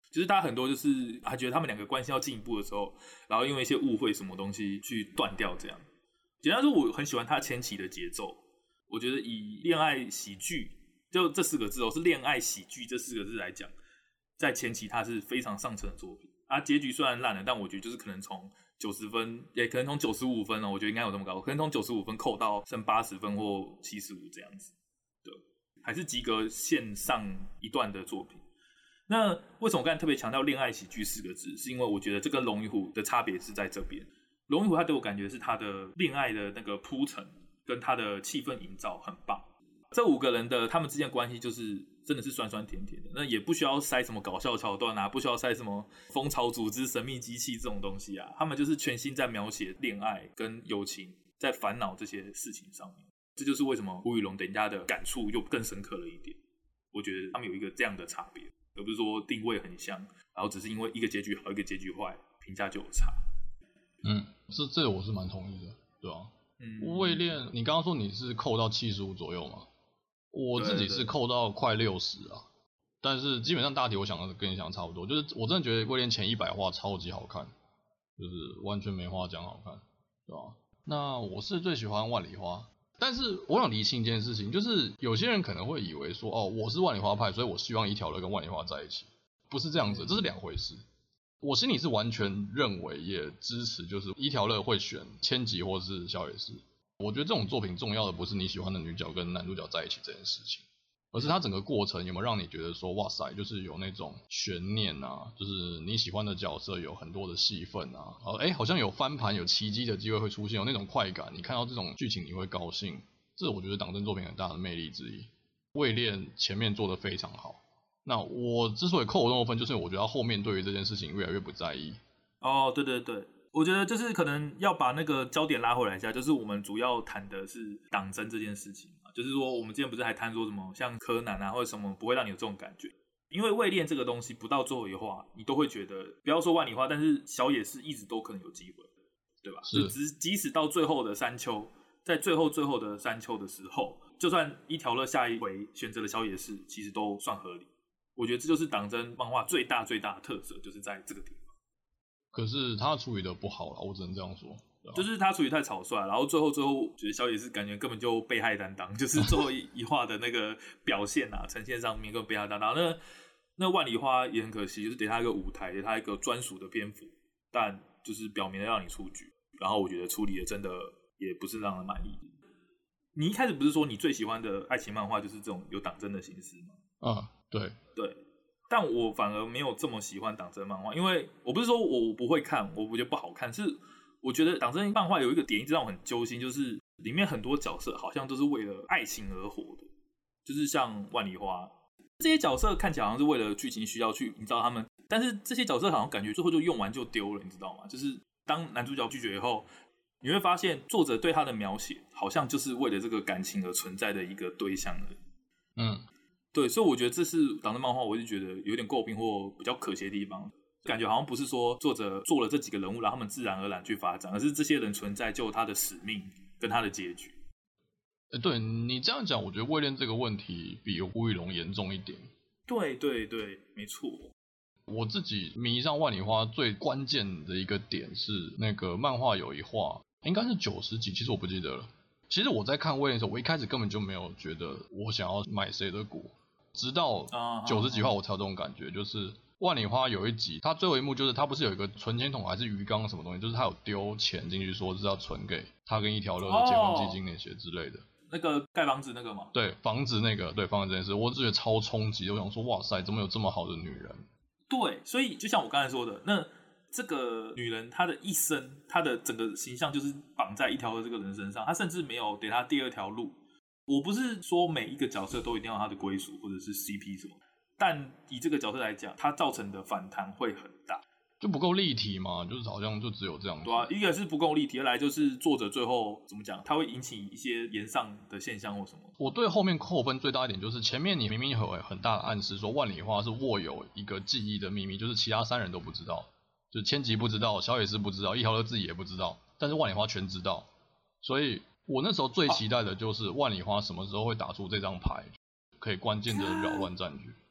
就是大家很多就是还觉得他们两个关系要进一步的时候，然后因为一些误会什么东西去断掉这样。简单说，我很喜欢他前期的节奏，我觉得以恋爱喜剧就这四个字哦，是恋爱喜剧这四个字来讲，在前期它是非常上乘的作品。啊，结局虽然烂了，但我觉得就是可能从九十分，也可能从九十五分哦，我觉得应该有这么高，可能从九十五分扣到剩八十分或七十五这样子，对，还是及格线上一段的作品。那为什么我刚才特别强调恋爱喜剧四个字？是因为我觉得这跟龙与虎的差别是在这边。龙与虎它对我感觉是它的恋爱的那个铺陈跟它的气氛营造很棒。这五个人的他们之间的关系就是真的是酸酸甜甜的，那也不需要塞什么搞笑桥段啊，不需要塞什么蜂巢组织、神秘机器这种东西啊，他们就是全心在描写恋爱跟友情，在烦恼这些事情上面。这就是为什么吴宇龙等人家的感触又更深刻了一点。我觉得他们有一个这样的差别，而不是说定位很像，然后只是因为一个结局好，一个结局坏，评价就有差。 嗯，这这我是蛮同意的，对啊。嗯，位恋，你刚刚说你是扣到七十五左右吗？我自己是扣到快六十啊，但是基本上大体我想的跟你想的差不多，就是我真的觉得位恋前一百话超级好看，就是完全没话讲好看，对吧？那我是最喜欢万里花，但是我想厘清一件事情，就是有些人可能会以为说，哦，我是万里花派，所以我希望一条乐跟万里花在一起，不是这样子，这是两回事。我心里是完全认为也支持，就是一条乐会选千吉或是小野寺。我觉得这种作品重要的不是你喜欢的女角跟男主角在一起这件事情，而是它整个过程有没有让你觉得说，哇塞，就是有那种悬念啊，就是你喜欢的角色有很多的戏份啊，然后哎好像有翻盘有奇迹的机会会出现，有那种快感，你看到这种剧情你会高兴，这是我觉得党争作品很大的魅力之一。位恋前面做得非常好，那我之所以扣我那么分，就是我觉得他后面对于这件事情越来越不在意。 哦，对对对。我觉得就是可能要把那个焦点拉回来一下，就是我们主要谈的是党争这件事情嘛，就是说我们之前不是还谈说什么像柯南啊或者什么不会让你有这种感觉，因为位恋这个东西不到最后一话你都会觉得，不要说万里花，但是小野是一直都可能有机会，对吧？ 是， 就即即使到最后的山丘，在最后最后的山丘的时候，就算一条乐下一回选择了小野士，其实都算合理。我觉得这就是党争漫画最大最大的特色，就是在这个地方。 可是他处理的不好啦，我只能这样说。 就是他处理太草率，然后最后最后觉得小野是感觉根本就被害担当，就是最后一话的那个表现啊，呈现上面根本被害担当。那那万里花也很可惜，就是给他一个舞台，给他一个专属的篇幅，但就是表明了让你出局。然后我觉得处理的真的也不是让人满意。你一开始不是说你最喜欢的爱情漫画就是这种有党争的形式吗？ 啊，对对。但我反而没有这么喜欢党争漫画，因为我不是说我不会看，我觉得不好看，是我觉得党争漫画有一个点一直让我很揪心，就是里面很多角色好像都是为了爱情而活的，就是像万里花这些角色看起来好像是为了剧情需要去营造他们，但是这些角色好像感觉最后就用完就丢了，你知道吗？就是当男主角拒绝以后，你会发现作者对他的描写好像就是为了这个感情而存在的一个对象而已。 嗯。 对，所以我觉得这是党争漫画，我是觉得有点诟病或比较可惜的地方，感觉好像不是说作者做了这几个人物，让他们自然而然去发展，而是这些人存在就有他的使命跟他的结局。 欸、对你这样讲，我觉得位恋这个问题比吴宇龙严重一点。 对对对，没错。 我自己迷上万里花最关键的一个点是，那个漫画有一话应该是九十集，其实我不记得了。其实我在看位恋的时候，我一开始根本就没有觉得我想要买谁的股。直到九十几话我才有这种感觉，就是万里花有一集，他最后一幕就是他不是有一个存钱筒还是鱼缸什么东西，就是他有丢钱进去说是要存给他跟一条乐的结婚基金那些之类的。 那个盖房子那个吗？ 对，房子那个，对房子这件事，我觉得超冲击，我想说哇塞，怎么有这么好的女人？ 对，所以就像我刚才说的，那这个女人她的一生，她的整个形象就是绑在一条乐这个人身上，她甚至没有给她第二条路。我不是说每一个角色都一定要他的归属或者是 C P 什么，但以这个角色来讲，它造成的反弹会很大， 就不够立体嘛，就是好像就只有这样子。 对啊，一个是不够立体，二来就是作者最后怎么讲，它会引起一些延上的现象或什么。 我对后面扣分最大一点就是前面你明明有很大的暗示说万里花是握有一个记忆的秘密，就是其他三人都不知道，就是千吉不知道，小野寺不知道，一条乐自己也不知道，但是万里花全知道，所以。我那时候最期待的就是万里花什么时候会打出这张牌，可以关键的扰乱战局。 然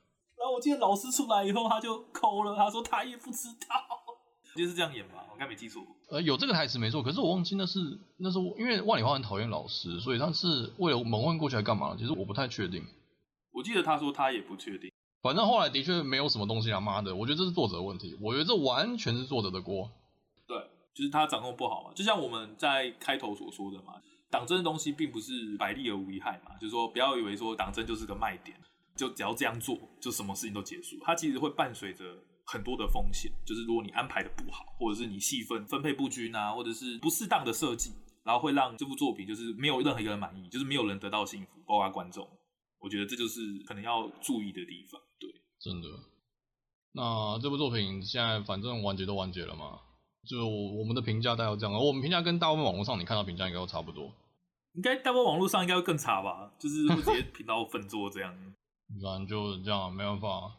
后我记得老师出来以后，他就抠了，他说他也不知道，就是这样演吧，我应该没记错。 呃，有这个台词没错，可是我忘记那是那是因为万里花很讨厌老师，所以他是为了蒙混过去来干嘛？其实我不太确定。 我记得他说他也不确定。 反正后来的确没有什么东西啊，妈的，我觉得这是作者的问题，我觉得这完全是作者的锅。 对，就是他掌控不好嘛，就像我们在开头所说的嘛，党争的东西并不是百利而无一害嘛，就是说不要以为说党争就是个卖点，就只要这样做，就什么事情都结束。它其实会伴随着很多的风险，就是如果你安排的不好，或者是你戏份分配不均啊，或者是不适当的设计，然后会让这部作品就是没有任何一个人满意，就是没有人得到幸福，包括观众。我觉得这就是可能要注意的地方。对， 真的。那这部作品现在反正完结都完结了嘛，就我们的评价大概这样，我们评价跟大部分网络上你看到评价应该都差不多。 应该大部分网络上应该会更差吧，就是会直接评到粪作这样。 反正就这样，没办法。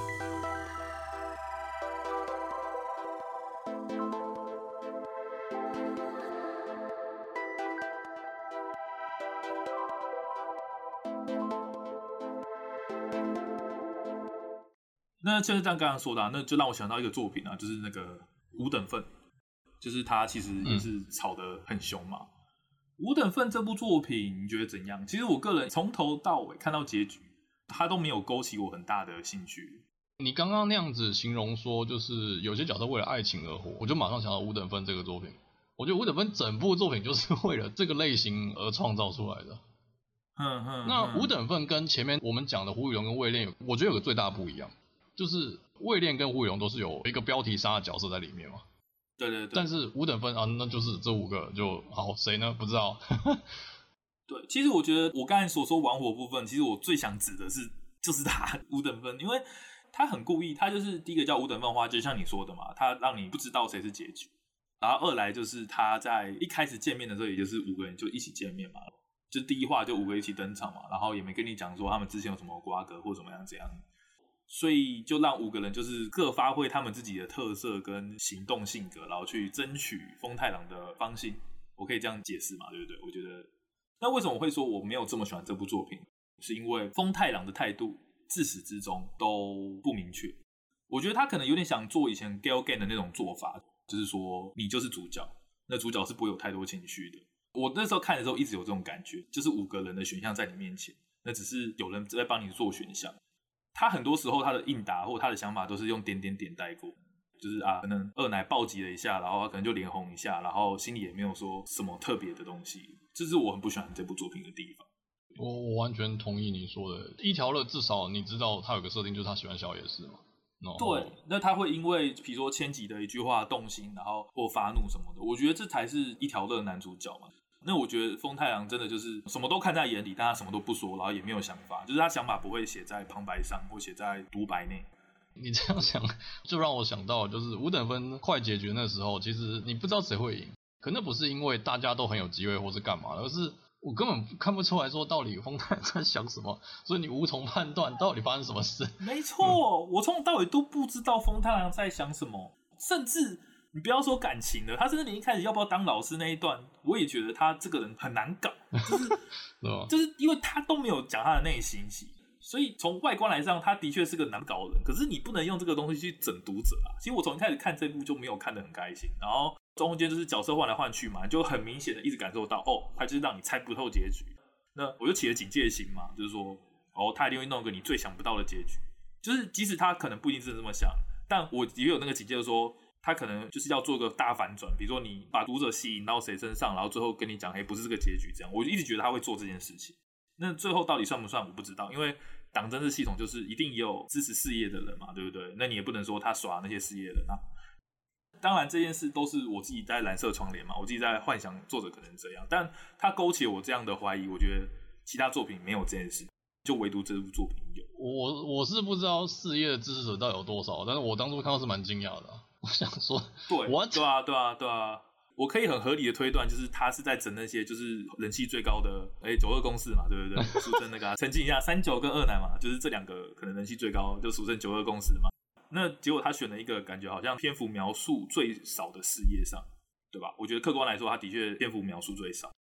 那就是像刚刚说的、啊，那就让我想到一个作品啊，就是那个五等份，就是他其实也是吵得很凶嘛。嗯、五等份这部作品你觉得怎样？其实我个人从头到尾看到结局，他都没有勾起我很大的兴趣。 你刚刚那样子形容说，就是有些角色为了爱情而活，我就马上想到五等份这个作品。我觉得五等份整部作品就是为了这个类型而创造出来的。 嗯嗯。 那五等份跟前面我们讲的胡宇龙跟魏炼，我觉得有个最大不一样。就是魏炼跟胡宇龙都是有一个标题杀的角色在里面嘛， 对对对。 但是五等份啊，那就是这五个就好，谁呢？不知道。 对，其实我觉得我刚才所说玩火部分，其实我最想指的是就是他五等份，因为他很故意，他就是第一个叫五等份花，就像你说的嘛，他让你不知道谁是结局，然后二来就是他在一开始见面的时候，也就是五个人就一起见面嘛，就第一话就五个一起登场嘛，然后也没跟你讲说他们之前有什么瓜葛或怎么样这样。所以就让五个人就是各发挥他们自己的特色跟行动性格，然后去争取丰太郎的芳心。我可以这样解释嘛，对不对？我觉得，那为什么我会说我没有这么喜欢这部作品？是因为丰太郎的态度自始至终都不明确。我觉得他可能有点想做以前 Galgame 的那种做法，就是说你就是主角，那主角是不会有太多情绪的。我那时候看的时候一直有这种感觉，就是五个人的选项在你面前，那只是有人在帮你做选项。他很多时候他的应答或他的想法都是用点点点带过，就是啊，可能二奶暴击了一下，然后他可能就脸红一下，然后心里也没有说什么特别的东西，这是我很不喜欢这部作品的地方。 我我完全同意你说的，一条乐至少你知道他有个设定，就是他喜欢小野寺嘛。 对，那他会因为比如说千吉的一句话动心，然后或发怒什么的，我觉得这才是一条乐男主角嘛。那我觉得丰太郎真的就是什么都看在眼里，但他什么都不说，然后也没有想法，就是他想法不会写在旁白上或写在独白内。 你这样想就让我想到，就是五等分快结局那时候，其实你不知道谁会赢，可那不是因为大家都很有机会或是干嘛，而是我根本看不出来说到底丰太郎在想什么，所以你无从判断到底发生什么事。 没错、嗯、我从头到尾都不知道丰太郎在想什么，甚至你不要说感情了，他甚至连一开始要不要当老师那一段，我也觉得他这个人很难搞，就是就是因为他都没有讲他的内心戏，所以从外观来上，他的确是个难搞的人。可是你不能用这个东西去整读者啊。其实我从一开始看这部就没有看得很开心，然后中间就是角色换来换去嘛，就很明显的一直感受到，哦，他就是让你猜不透结局。那我就起了警戒心嘛，就是说，哦，他一定会弄个你最想不到的结局。就是即使他可能不一定是这么想，但我也有那个警戒说。他可能就是要做个大反转，比如说你把读者吸引到谁身上，然后最后跟你讲，哎，不是这个结局，这样，我就一直觉得他会做这件事情。那最后到底算不算，我不知道，因为党政治系统就是一定也有支持事业的人嘛，对不对？那你也不能说他耍那些事业人啊。当然这件事都是我自己在蓝色窗帘嘛，我自己在幻想作者可能这样，但他勾起我这样的怀疑，我觉得其他作品没有这件事，就唯独这部作品有。 我我是不知道事业的支持者到底有多少，但是我当初看到是蛮惊讶的、啊。我想说， 对，对啊，对啊，对啊，我可以很合理的推断，就是他是在整那些就是人气最高的，哎，九二公式嘛，对不对？俗称那个、啊，澄清一下，三九跟二奶嘛，就是这两个可能人气最高，就俗称九二公式嘛。那结果他选了一个感觉好像篇幅描述最少的事业上，对吧？我觉得客观来说，他的确篇幅描述最少。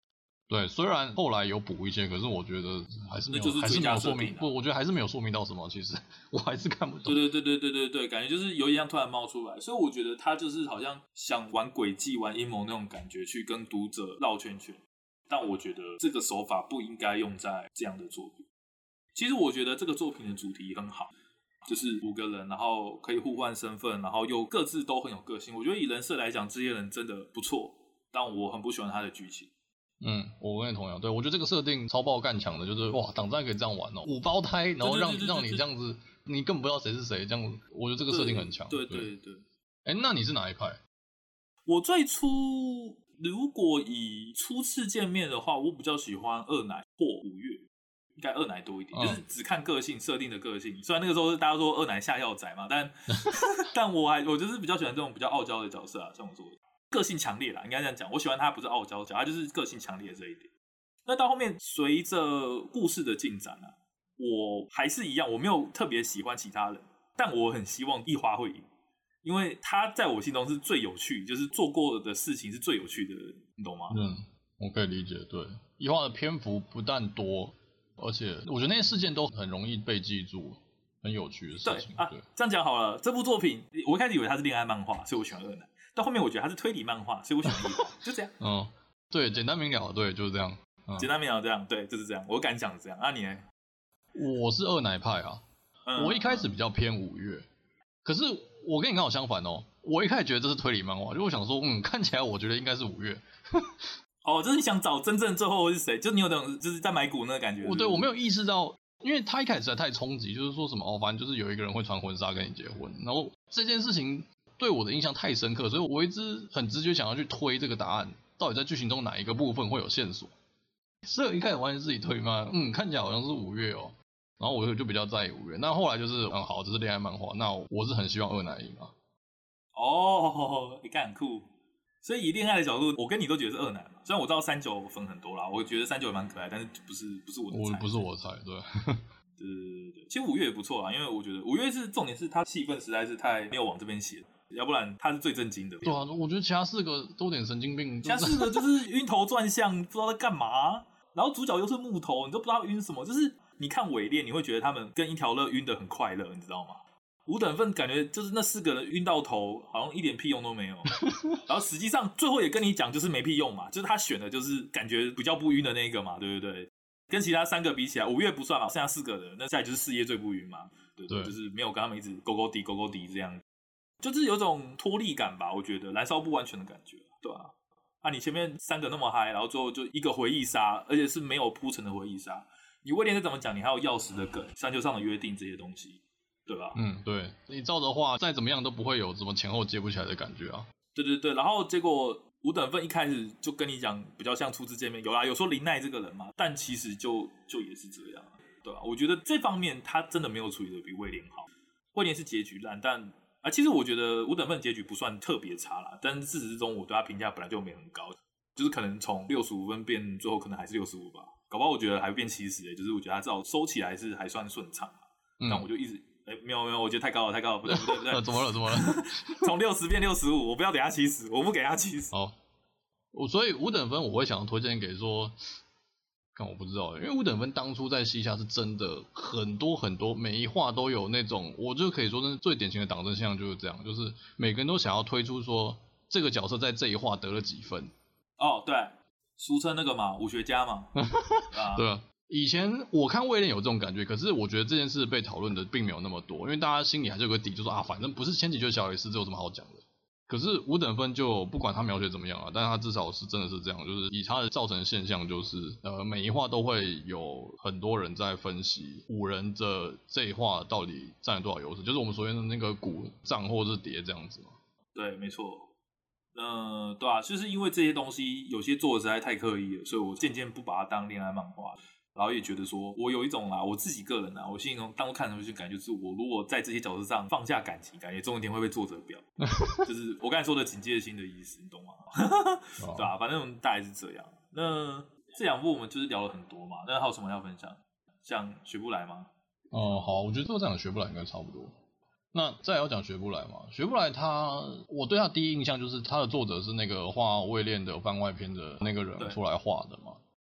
对，虽然后来有补一些，可是我觉得还是没有， 就是还是没有说明。不，我觉得还是没有说明到什么。其实我还是看不懂。 对对对对对对对，感觉就是有点像突然冒出来，所以我觉得他就是好像想玩诡计、玩阴谋那种感觉，去跟读者绕圈圈。但我觉得这个手法不应该用在这样的作品。其实我觉得这个作品的主题很好，就是五个人，然后可以互换身份，然后又各自都很有个性。我觉得以人设来讲，这些人真的不错，但我很不喜欢他的剧情。 嗯，我跟你同样，对，我觉得这个设定超爆干强的，就是哇，党战可以这样玩哦，五胞胎，然后让对对对对对让你这样子，你根本不知道谁是谁，这样子，我觉得这个设定很强。 对对对对。 哎、欸，那你是哪一派？ 我最初如果以初次见面的话，我比较喜欢二奶或五月，应该二奶多一点，嗯、就是只看个性设定的个性。虽然那个时候大家说二奶下药仔嘛，但但我还我就是比较喜欢这种比较傲娇的角色啊，像我说的。个性强烈啦，应该这样讲。我喜欢他不是傲娇角，他就是个性强烈的这一点。那到后面随着故事的进展啊，我还是一样，我没有特别喜欢其他人，但我很希望一花会赢，因为他在我心中是最有趣，就是做过的事情是最有趣的人，你懂吗？ 嗯，我可以理解。对，一花的篇幅不但多，而且我觉得那些事件都很容易被记住，很有趣的事情。 对啊，对这样讲好了，这部作品我一开始以为它是恋爱漫画，所以我喜欢二奶。到后面我觉得它是推理漫画，所以我喜欢一花，就这样。 嗯，对，简单明了，对，就是这样。嗯、 简单明了这样，对，就是这样。我敢讲是这样。啊，你呢？ 我是二奶派啊，嗯、我一开始比较偏五月，可是我跟你刚好相反哦。我一开始觉得这是推理漫画，就我想说，嗯，看起来我觉得应该是五月。 哦，就是你想找真正最后是谁？就你有种就是在买股那个感觉是不是。 我对我没有意识到。因为他一开始实在太冲击，就是说什么哦，反正就是有一个人会穿婚纱跟你结婚，然后这件事情对我的印象太深刻，所以我一直很直觉想要去推这个答案，到底在剧情中哪一个部分会有线索。所以我一开始完全自己推嘛，嗯，看起来好像是五月哦，然后我就比较在意五月。那后来就是嗯，好，这是恋爱漫画，那我是很希望二奶赢啊。 哦，你看很酷。所以以恋爱的角度，我跟你都觉得是二奶嘛。虽然我知道三九分很多啦，我觉得三九也蛮可爱，但是不是不是我的菜。 我不是我的菜，对。 对对对对，其实五月也不错啦，因为我觉得五月是重点是他戏份实在是太没有往这边写，要不然他是最震惊的。 对啊，我觉得其他四个都有点神经病。 其他四个就是晕头转向，不知道在干嘛。然后主角又是木头，你都不知道晕什么。就是你看伪恋，你会觉得他们跟一条乐晕得很快乐，你知道吗？五等份感觉就是那四个人晕到头，好像一点屁用都没有。然后实际上最后也跟你讲，就是没屁用嘛，就是他选的就是感觉比较不晕的那个嘛，对不对？跟其他三个比起来，五月不算嘛，剩下四个人，那下来就是事业最不晕嘛，对对，就是没有跟他们一直勾勾滴勾勾滴这样，就是有种脱力感吧，我觉得燃烧不完全的感觉，对吧、啊？啊，你前面三个那么嗨，然后最后就一个回忆杀，而且是没有铺陈的回忆杀，你威廉再怎么讲，你还有钥匙的梗、山丘上的约定这些东西。对吧？ 嗯，对，你照的话，再怎么样都不会有什么前后接不起来的感觉啊。 对对对，然后结果五等份一开始就跟你讲，比较像初次见面，有啦，有说林奈这个人嘛，但其实就就也是这样，对吧、啊？我觉得这方面他真的没有处理的比威廉好。威廉是结局烂，但啊，其实我觉得五等份结局不算特别差啦，但是自始至终我对他评价本来就没很高，就是可能从六十五分变最后可能还是六十五吧，搞不好我觉得还会变七十、欸，就是我觉得他至少收起来是还算顺畅，嗯、但我就一直。哎、欸，没有没有，我觉得太高了，太高了，不对不对不对， 怎么了怎么了？ 从六十变六十五，我不要给他七十，我不给他七十。 好，我所以五等分我会想要推荐给说，看我不知道，因为五等分当初在西夏是真的很多很多，每一话都有那种，我就可以说那最典型的党争现象就是这样，就是每个人都想要推出说这个角色在这一话得了几分。 哦，对，俗称那个嘛，武学家嘛，啊对啊。以前我看威廉有这种感觉，可是我觉得这件事被讨论的并没有那么多，因为大家心里还是有个底，就说啊，反正不是千吉就是小野寺，这有什么好讲的？可是五等分就不管他描写怎么样啊，但是他至少是真的是这样，就是以他的造成的现象，就是呃每一话都会有很多人在分析五人的这一话到底占了多少优势，就是我们所谓的那个鼓杖或者是碟这样子嘛。 对，没错。嗯、呃，对啊，就是因为这些东西有些做的实在太刻意了，所以我渐渐不把它当恋爱漫画。然后也觉得说，我有一种啦，我自己个人啊，我心里中当初看的时候就感觉，就是我如果在这些角色上放下感情，感觉总有一天会被作者表，就是我刚才说的警戒心的意思，你懂吗？对吧、啊？反正大概是这样。那这两部我们就是聊了很多嘛，那还有什么要分享？像学不来吗？ 哦、嗯，好，我觉得这样学不来应该差不多。那再要讲学不来嘛，学不来他，我对他第一印象就是他的作者是那个画《卫恋》的番外篇的那个人出来画的嘛。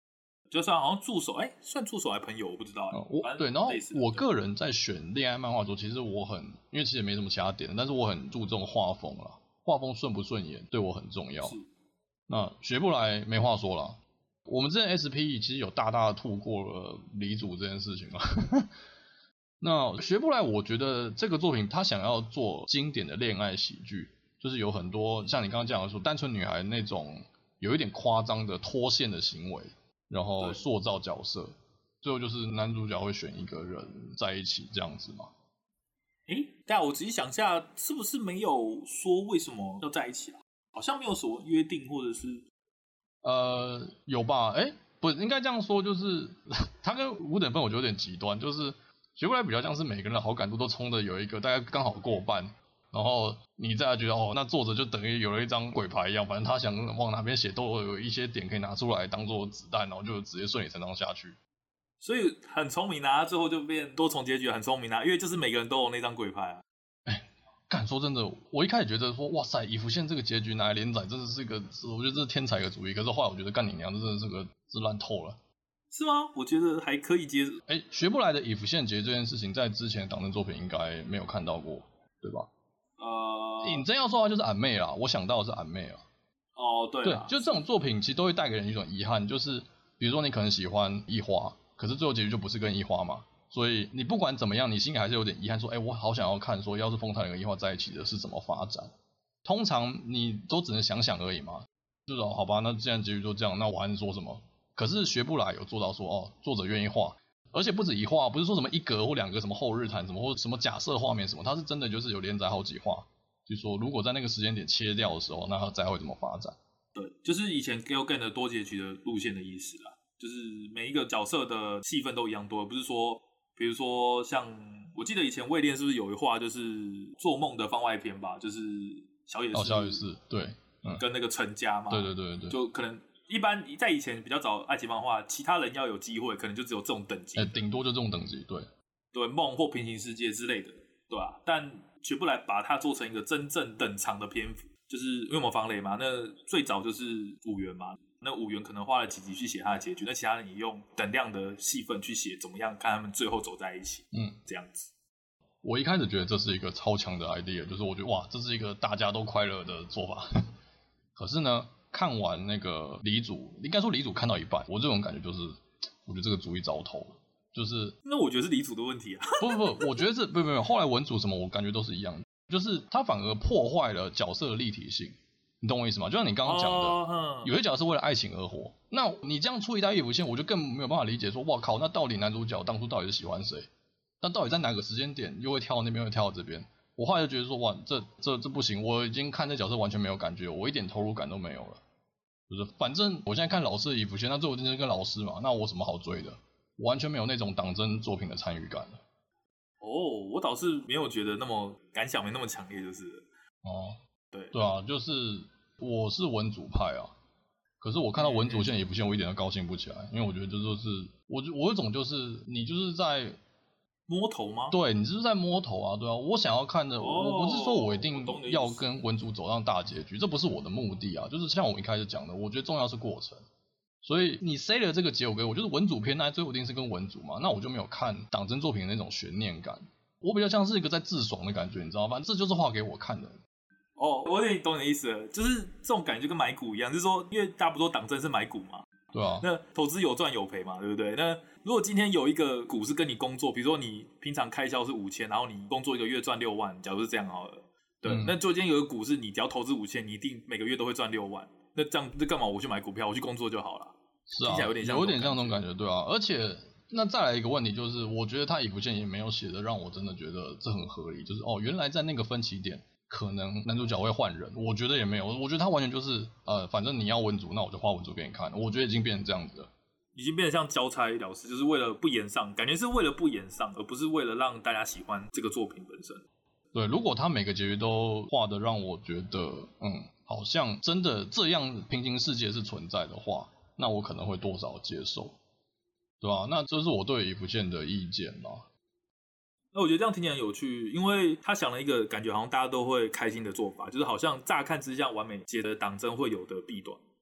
就算好像助手，哎、欸，算助手还朋友，我不知道、欸。 嗯、我对，然后我个人在选恋爱漫画的时候，其实我很，因为其实也没什么其他点，但是我很注重画风啦，画风顺不顺眼对我很重要。那学不来没话说啦。我们之前 S P E 其实有大大的吐过了李主这件事情啊。那学不来，我觉得这个作品他想要做经典的恋爱喜剧，就是有很多像你刚刚讲的说，单纯女孩那种有一点夸张的脱线的行为，然后塑造角色，最后就是男主角会选一个人在一起这样子嘛。 诶，但我仔细想一下，是不是没有说为什么要在一起啊？好像没有什么约定，或者是呃有吧？诶，不应该这样说，就是他跟五等分我觉得有点极端，就是学过来比较像是每个人的好感度都冲的有一个大概刚好过半，然后你再来觉得哦，那作者就等于有了一张鬼牌一样，反正他想往哪边写都有一些点可以拿出来当做子弹，然后就直接顺理成章下去。 所以很聪明啊，最后就变多重结局，很聪明啊，因为就是每个人都有那张鬼牌啊。 哎，干说真的，我一开始觉得说哇塞，以福线这个结局拿来连载真的是一个，我觉得这是天才的主意。可是后来我觉得干你娘，这真的是个是烂透了。 是吗？我觉得还可以接受。 哎，学不来的以福线结这件事情，在之前的党争作品应该没有看到过，对吧？ 呃， 你真要说的话就是俺妹啦，我想到的是俺妹啦。 哦，对对，就这种作品其实都会带给人一种遗憾，就是比如说你可能喜欢一花，可是最后结局就不是跟一花嘛，所以你不管怎么样，你心里还是有点遗憾，说，哎，我好想要看，说要是风太郎跟一花在一起的是怎么发展。通常你都只能想想而已嘛，就是好吧，那既然结局就这样，那我还能说什么？可是学不来有做到说，哦，作者愿意画，而且不止一画，不是说什么一格或两个什么后日谈什么或什么假设画面什么，它是真的就是有连载好几画，就说如果在那个时间点切掉的时候，那它再会怎么发展？ 对，就是以前 Galgan 的多结局的路线的意思啦，就是每一个角色的戏份都一样多，不是说，比如说像我记得以前卫恋是不是有一话就是做梦的番外篇吧，就是小野寺， 哦，小野寺，对， 嗯，跟那个陈家嘛， 对对对对， 就可能一般在以前比较早爱情漫画，其他人要有机会，可能就只有这种等级， 哎，顶多就这种等级，对， 对，梦或平行世界之类的，对吧、啊？但学不来把它做成一个真正等长的篇幅。就是因为我们防雷嘛，那最早就是五元嘛，那五元可能花了几集去写他的结局，那其他人也用等量的戏份去写怎么样看他们最后走在一起，嗯，这样子。 我一开始觉得这是一个超强的 idea， 就是我觉得哇，这是一个大家都快乐的做法。可是呢，看完那个李主，应该说李主看到一半，我这种感觉就是，我觉得这个主意糟透了，就是那我觉得是李主的问题啊。 不不不，我觉得这不不不，后来文主什么我感觉都是一样的。就是他反而破坏了角色的立体性，你懂我意思吗？就像你刚刚讲的，哦、有些角色为了爱情而活，那你这样出一道一伏线，我就更没有办法理解说，哇靠，那到底男主角当初到底是喜欢谁？那到底在哪个时间点又会跳到那边，又会跳到这边？我后来就觉得说，哇，这这这不行，我已经看这角色完全没有感觉，我一点投入感都没有了。就是反正我现在看老师的一伏线，那最后就是跟老师嘛，那我什么好追的？我完全没有那种党争作品的参与感了。 哦，我倒是没有觉得那么感想没那么强烈，就是哦， 对对啊，就是我是文主派啊，可是我看到文主线也不线，我一点都高兴不起来，因为我觉得这就是我我有种就是你就是在摸头吗？ 对，你就是在摸头啊，对啊，我想要看的，哦、我不是说我一定要跟文主走上大结局，这不是我的目的啊，就是像我一开始讲的，我觉得重要是过程。所以你塞了这个结尾给我，就是文主篇，那最后一定是跟文主嘛，那我就没有看党争作品的那种悬念感，我比较像是一个在自爽的感觉，你知道吗？反正这就是画给我看的。 哦，我有点懂你的意思了，就是这种感觉就跟买股一样，就是说，因为大家不说党争是买股嘛， 对啊， 那投资有赚有赔嘛，对不对？那如果今天有一个股是跟你工作，比如说你平常开销是五千，然后你工作一个月赚六万，假如是这样好了，对，嗯、那就今天有一个股是你只要投资五千，你一定每个月都会赚六万。那这样，那干嘛我去买股票？我去工作就好了。 是啊， 听起来有点像， 有点像这种感觉，对啊。而且，那再来一个问题就是，我觉得他以伏线也没有写的让我真的觉得这很合理。就是哦，原来在那个分歧点，可能男主角会换人。我觉得也没有，我觉得他完全就是呃，反正你要文主，那我就画文主给你看。我觉得已经变成这样子了， 已经变得像交差了事，就是为了不延上，感觉是为了不延上，而不是为了让大家喜欢这个作品本身。 对，如果他每个结局都画的让我觉得，嗯，好像真的这样平行世界是存在的话，那我可能会多少接受，对吧、啊？那这是我对以伏线的意见啦。 那我觉得这样听起来很有趣，因为他想了一个感觉好像大家都会开心的做法，就是好像乍看之下完美结的党争会有的弊端，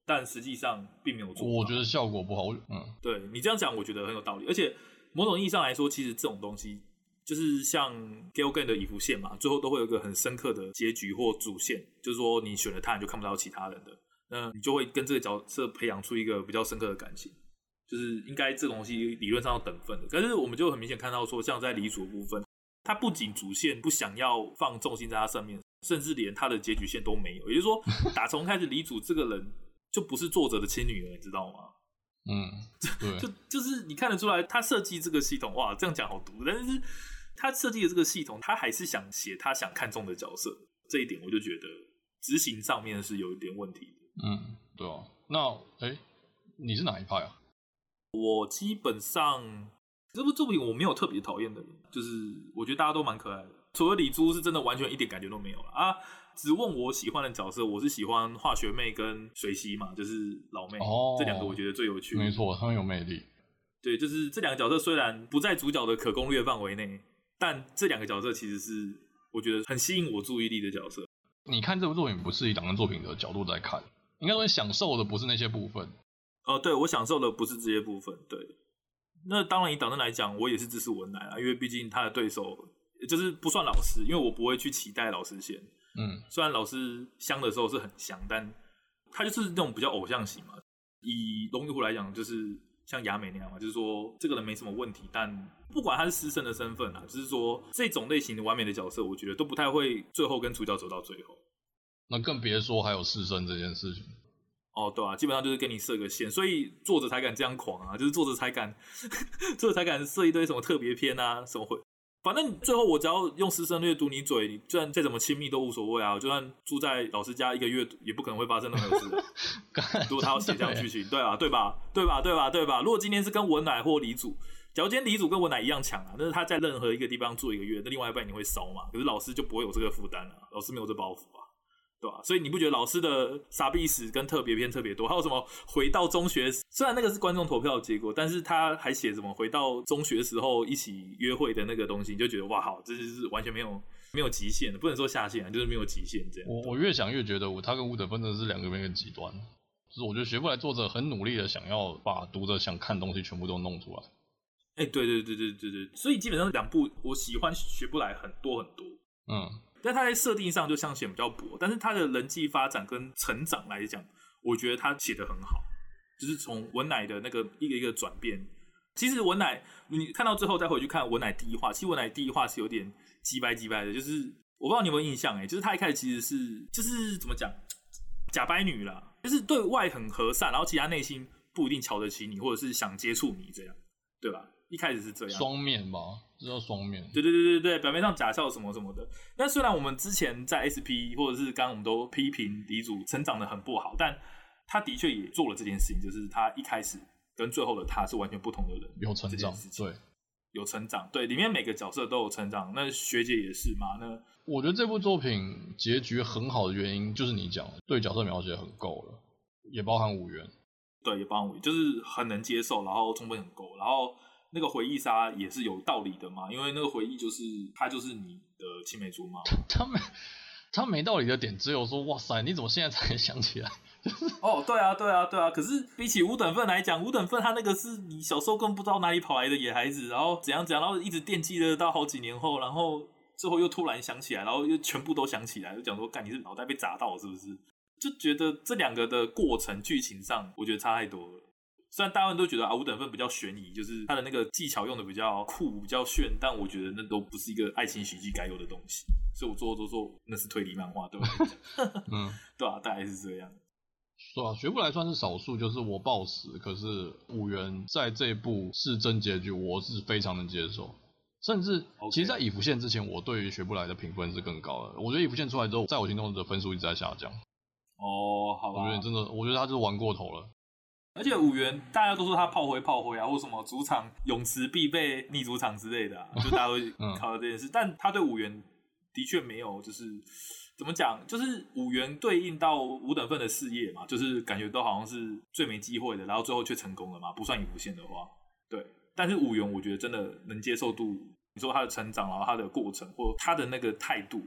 但实际上并没有做到。 我觉得效果不好。嗯， 对你这样讲，我觉得很有道理。而且某种意义上来说，其实这种东西就是像 Galgame 的以服线嘛，最后都会有一个很深刻的结局或主线，就是说你选了他，你就看不到其他人的，那你就会跟这个角色培养出一个比较深刻的感情。就是应该这种东西理论上要等分的，可是我们就很明显看到说，像在离主的部分，他不仅主线不想要放重心在他上面，甚至连他的结局线都没有。也就是说，打从开始离主这个人就不是作者的亲女儿，你知道吗？ 嗯，对， 就就是你看得出来，他设计这个系统，哇，这样讲好毒，但是他设计的这个系统，他还是想写他想看中的角色，这一点我就觉得执行上面是有一点问题的。 嗯，对啊。那哎、欸，你是哪一派啊？ 我基本上这部作品我没有特别讨厌的人，就是我觉得大家都蛮可爱的，除了李珠是真的完全一点感觉都没有了啊。只问我喜欢的角色，我是喜欢化学妹跟水希嘛，就是老妹，哦、这两个我觉得最有趣。 没错，他们有魅力。 对，就是这两个角色虽然不在主角的可攻略范围内，但这两个角色其实是我觉得很吸引我注意力的角色。 你看这部作品不是以档案作品的角度在看，应该说你享受的不是那些部分。 哦、呃，对，我享受的不是这些部分。对，那当然以档案来讲，我也是支持文乃啦，因为毕竟他的对手就是不算老师，因为我不会去期待老师线。嗯，虽然老师香的时候是很香，但他就是那种比较偶像型嘛。以龙与虎来讲，就是像雅美那样嘛，就是说这个人没什么问题，但不管他是师生的身份啊，就是说这种类型的完美的角色，我觉得都不太会最后跟主角走到最后。 那更别说还有师生这件事情。 哦，对啊，基本上就是跟你设个线，所以作者才敢这样狂啊，就是作者才敢，作者才敢设一堆什么特别篇啊，什么会。反正最后我只要用师生略堵你嘴，你就算再怎么亲密都无所谓啊。就算住在老师家一个月，也不可能会发生任何事、啊。如果他要写这样剧情，对啊，对吧？对吧？对吧？对吧？如果今天是跟文乃或李祖，假如今天李祖跟文乃一样强啊，但是他在任何一个地方住一个月，那另外一半你会烧嘛？可是老师就不会有这个负担了，老师没有这包袱啊。对吧？所以你不觉得老师的傻逼史跟特别篇特别多？还有什么回到中学？虽然那个是观众投票的结果，但是他还写什么回到中学时候一起约会的那个东西，你就觉得哇，好，这就是完全没有没有极限的，不能说下限，就是没有极限这样。 我我越想越觉得，我他跟吴德芬真的是两个边的极端。就是我觉得学不来作者很努力的想要把读者想看的东西全部都弄出来。 哎、欸，对对对对对对，所以基本上两部我喜欢学不来很多很多。嗯。但他在设定上就像显比较薄，但是他的人际发展跟成长来讲，我觉得他写得很好，就是从文乃的那个一个一个转变。其实文乃你看到最后再回去看文乃第一话，其实文乃第一话是有点鸡掰鸡掰的，就是我不知道你有没有印象哎、欸，就是他一开始其实是就是怎么讲假掰女啦，就是对外很和善，然后其他内心不一定瞧得起你，或者是想接触你这样，对吧？一开始是这样， 双面吧，这叫双面。 对对对对对，表面上假笑什么什么的。但虽然我们之前在 S P 或者是刚刚我们都批评李祖成长的很不好，但他的确也做了这件事情，就是他一开始跟最后的他是完全不同的人， 有成长，对， 有成长，对，里面每个角色都有成长。那学姐也是嘛？那我觉得这部作品结局很好的原因，就是你讲的，对角色描写很够了，也包含五元， 对，也包含五元，就是很能接受，然后充分很够，然后。那个回忆杀也是有道理的嘛，因为那个回忆就是他就是你的青梅竹马。 他没他没道理的点只有说，哇塞，你怎么现在才想起来？ 哦，对啊，对啊，对啊。可是比起五等份来讲，五等份他那个是你小时候根本不知道哪里跑来的野孩子，然后怎样怎样，然后一直惦记了到好几年后，然后最后又突然想起来，然后又全部都想起来，就讲说，干你是脑袋被砸到是不是？就觉得这两个的过程剧情上，我觉得差太多了。虽然大家都觉得啊，五等份比较悬疑，就是他的那个技巧用的比较酷、比较炫，但我觉得那都不是一个爱情喜剧该有的东西，所以我最后都说那是推理漫画，对我来讲，嗯，对啊，大概是这样。 对啊，学不来算是少数，就是我爆死，可是五元在这一部是真结局，我是非常能接受。甚至， okay. 其实，在以服线之前，我对于学不来的评分是更高的。我觉得以服线出来之后，在我心中的分数一直在下降。 哦，好吧。 我觉得真的，我觉得他就是玩过头了。 而且五元大家都说他炮灰炮灰啊，或什么主场泳池必备逆主场之类的啊，就大家会考虑这件事。嗯、但他对五元的确没有，就是怎么讲，就是五元对应到五等份的事业嘛，就是感觉都好像是最没机会的，然后最后却成功了嘛，不算以服线的话，对。但是五元我觉得真的能接受度，你说他的成长，然后他的过程，或他的那个态度，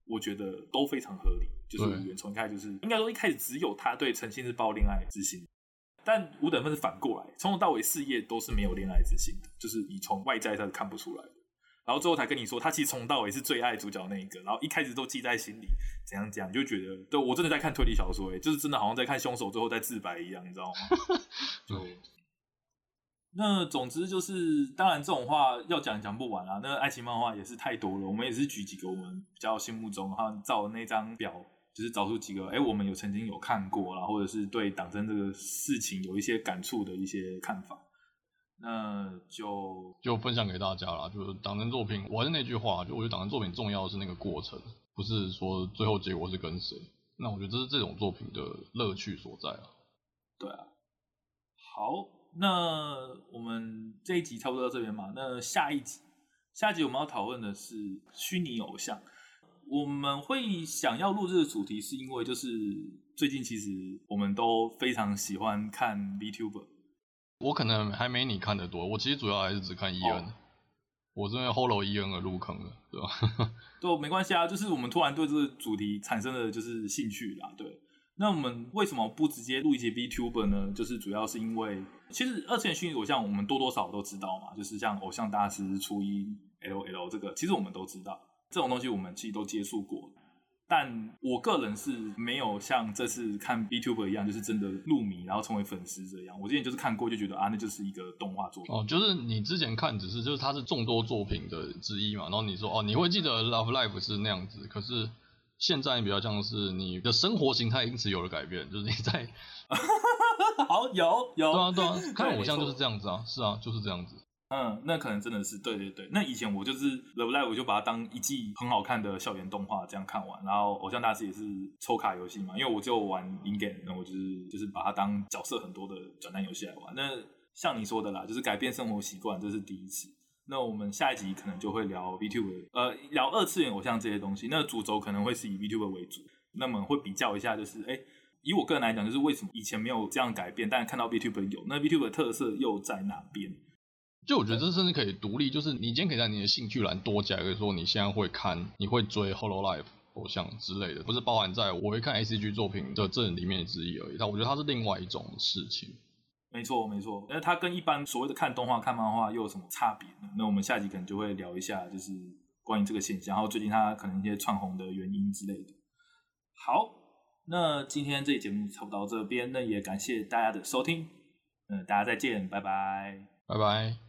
我觉得都非常合理。就是五元从一开始就是应该说一开始只有他对陈信是抱恋爱之心，但五等分是反过来，从头到尾四页都是没有恋爱之心的，就是你从外在他是看不出来的。然后最后才跟你说，他其实从头到尾是最爱主角那一个，然后一开始都记在心里，怎样讲，你就觉得，对我真的在看推理小说，哎，就是真的好像在看凶手最后在自白一样，你知道吗？就那总之就是，当然这种话要讲讲不完啊。那爱情漫画也是太多了，我们也是举几个我们比较心目中，然后照那张表，就是找出几个，哎，我们有曾经有看过啦，或者是对党争这个事情有一些感触的一些看法。那就就分享给大家啦。就是党争作品，我还是那句话，就我觉得党争作品重要的是那个过程，不是说最后结果是跟谁。那我觉得这是这种作品的乐趣所在啊。 对啊。好。那我们这一集差不多到这边嘛，那下一集下一集我们要讨论的是虚拟偶像。我们会想要录这个主题是因为就是最近其实我们都非常喜欢看 VTuber。 我可能还没你看得多，我其实主要还是只看 E N、哦、我是因为 Holo E N 而入坑的，对吧？ 对，没关系啊，就是我们突然对这个主题产生了就是兴趣啦。对，那我们为什么不直接录一集 VTuber 呢？就是主要是因为其实二次元虚拟偶像我们多多少少都知道嘛，就是像偶像大师、初音、L L 这个，其实我们都知道这种东西，我们其实都接触过。但我个人是没有像这次看 VTuber 一样，就是真的入迷，然后成为粉丝这样。我之前就是看过，就觉得啊，那就是一个动画作品。 哦，就是你之前看只是就是它是众多作品的之一嘛，然后你说哦，你会记得 Love Live 是那样子，可是现在比较像是你的生活形态因此有了改变，就是你在好有有对啊对啊，看偶像就是这样子啊，是啊，就是这样子。 嗯，那可能真的是对对对。那以前我就是 Love Live， 我就把它当一季很好看的校园动画这样看完。然后偶像大师也是抽卡游戏嘛，因为我就玩 in game， 那我就是就是把它当角色很多的转蛋游戏来玩。那像你说的啦，就是改变生活习惯，这是第一次。那我们下一集可能就会聊 VTuber， 呃，聊二次元偶像这些东西。那主轴可能会是以 VTuber 为主，那么会比较一下，就是哎，以我个人来讲，就是为什么以前没有这样改变，但看到 VTuber 有，那 VTuber 的特色又在哪边？ 就我觉得这甚至可以独立，就是你今天可以在你的兴趣栏多加一个说你现在会看，你会追 Hololive 偶像之类的，不是包含在我会看 A C G 作品的这里面之一而已。但我觉得它是另外一种事情。 没错没错，那它跟一般所谓的看动画、看漫画又有什么差别呢？那我们下集可能就会聊一下，就是关于这个现象，然后最近它可能一些窜红的原因之类的。好，那今天这期节目差不多到这边，那也感谢大家的收听，嗯，大家再见，拜拜， 拜拜。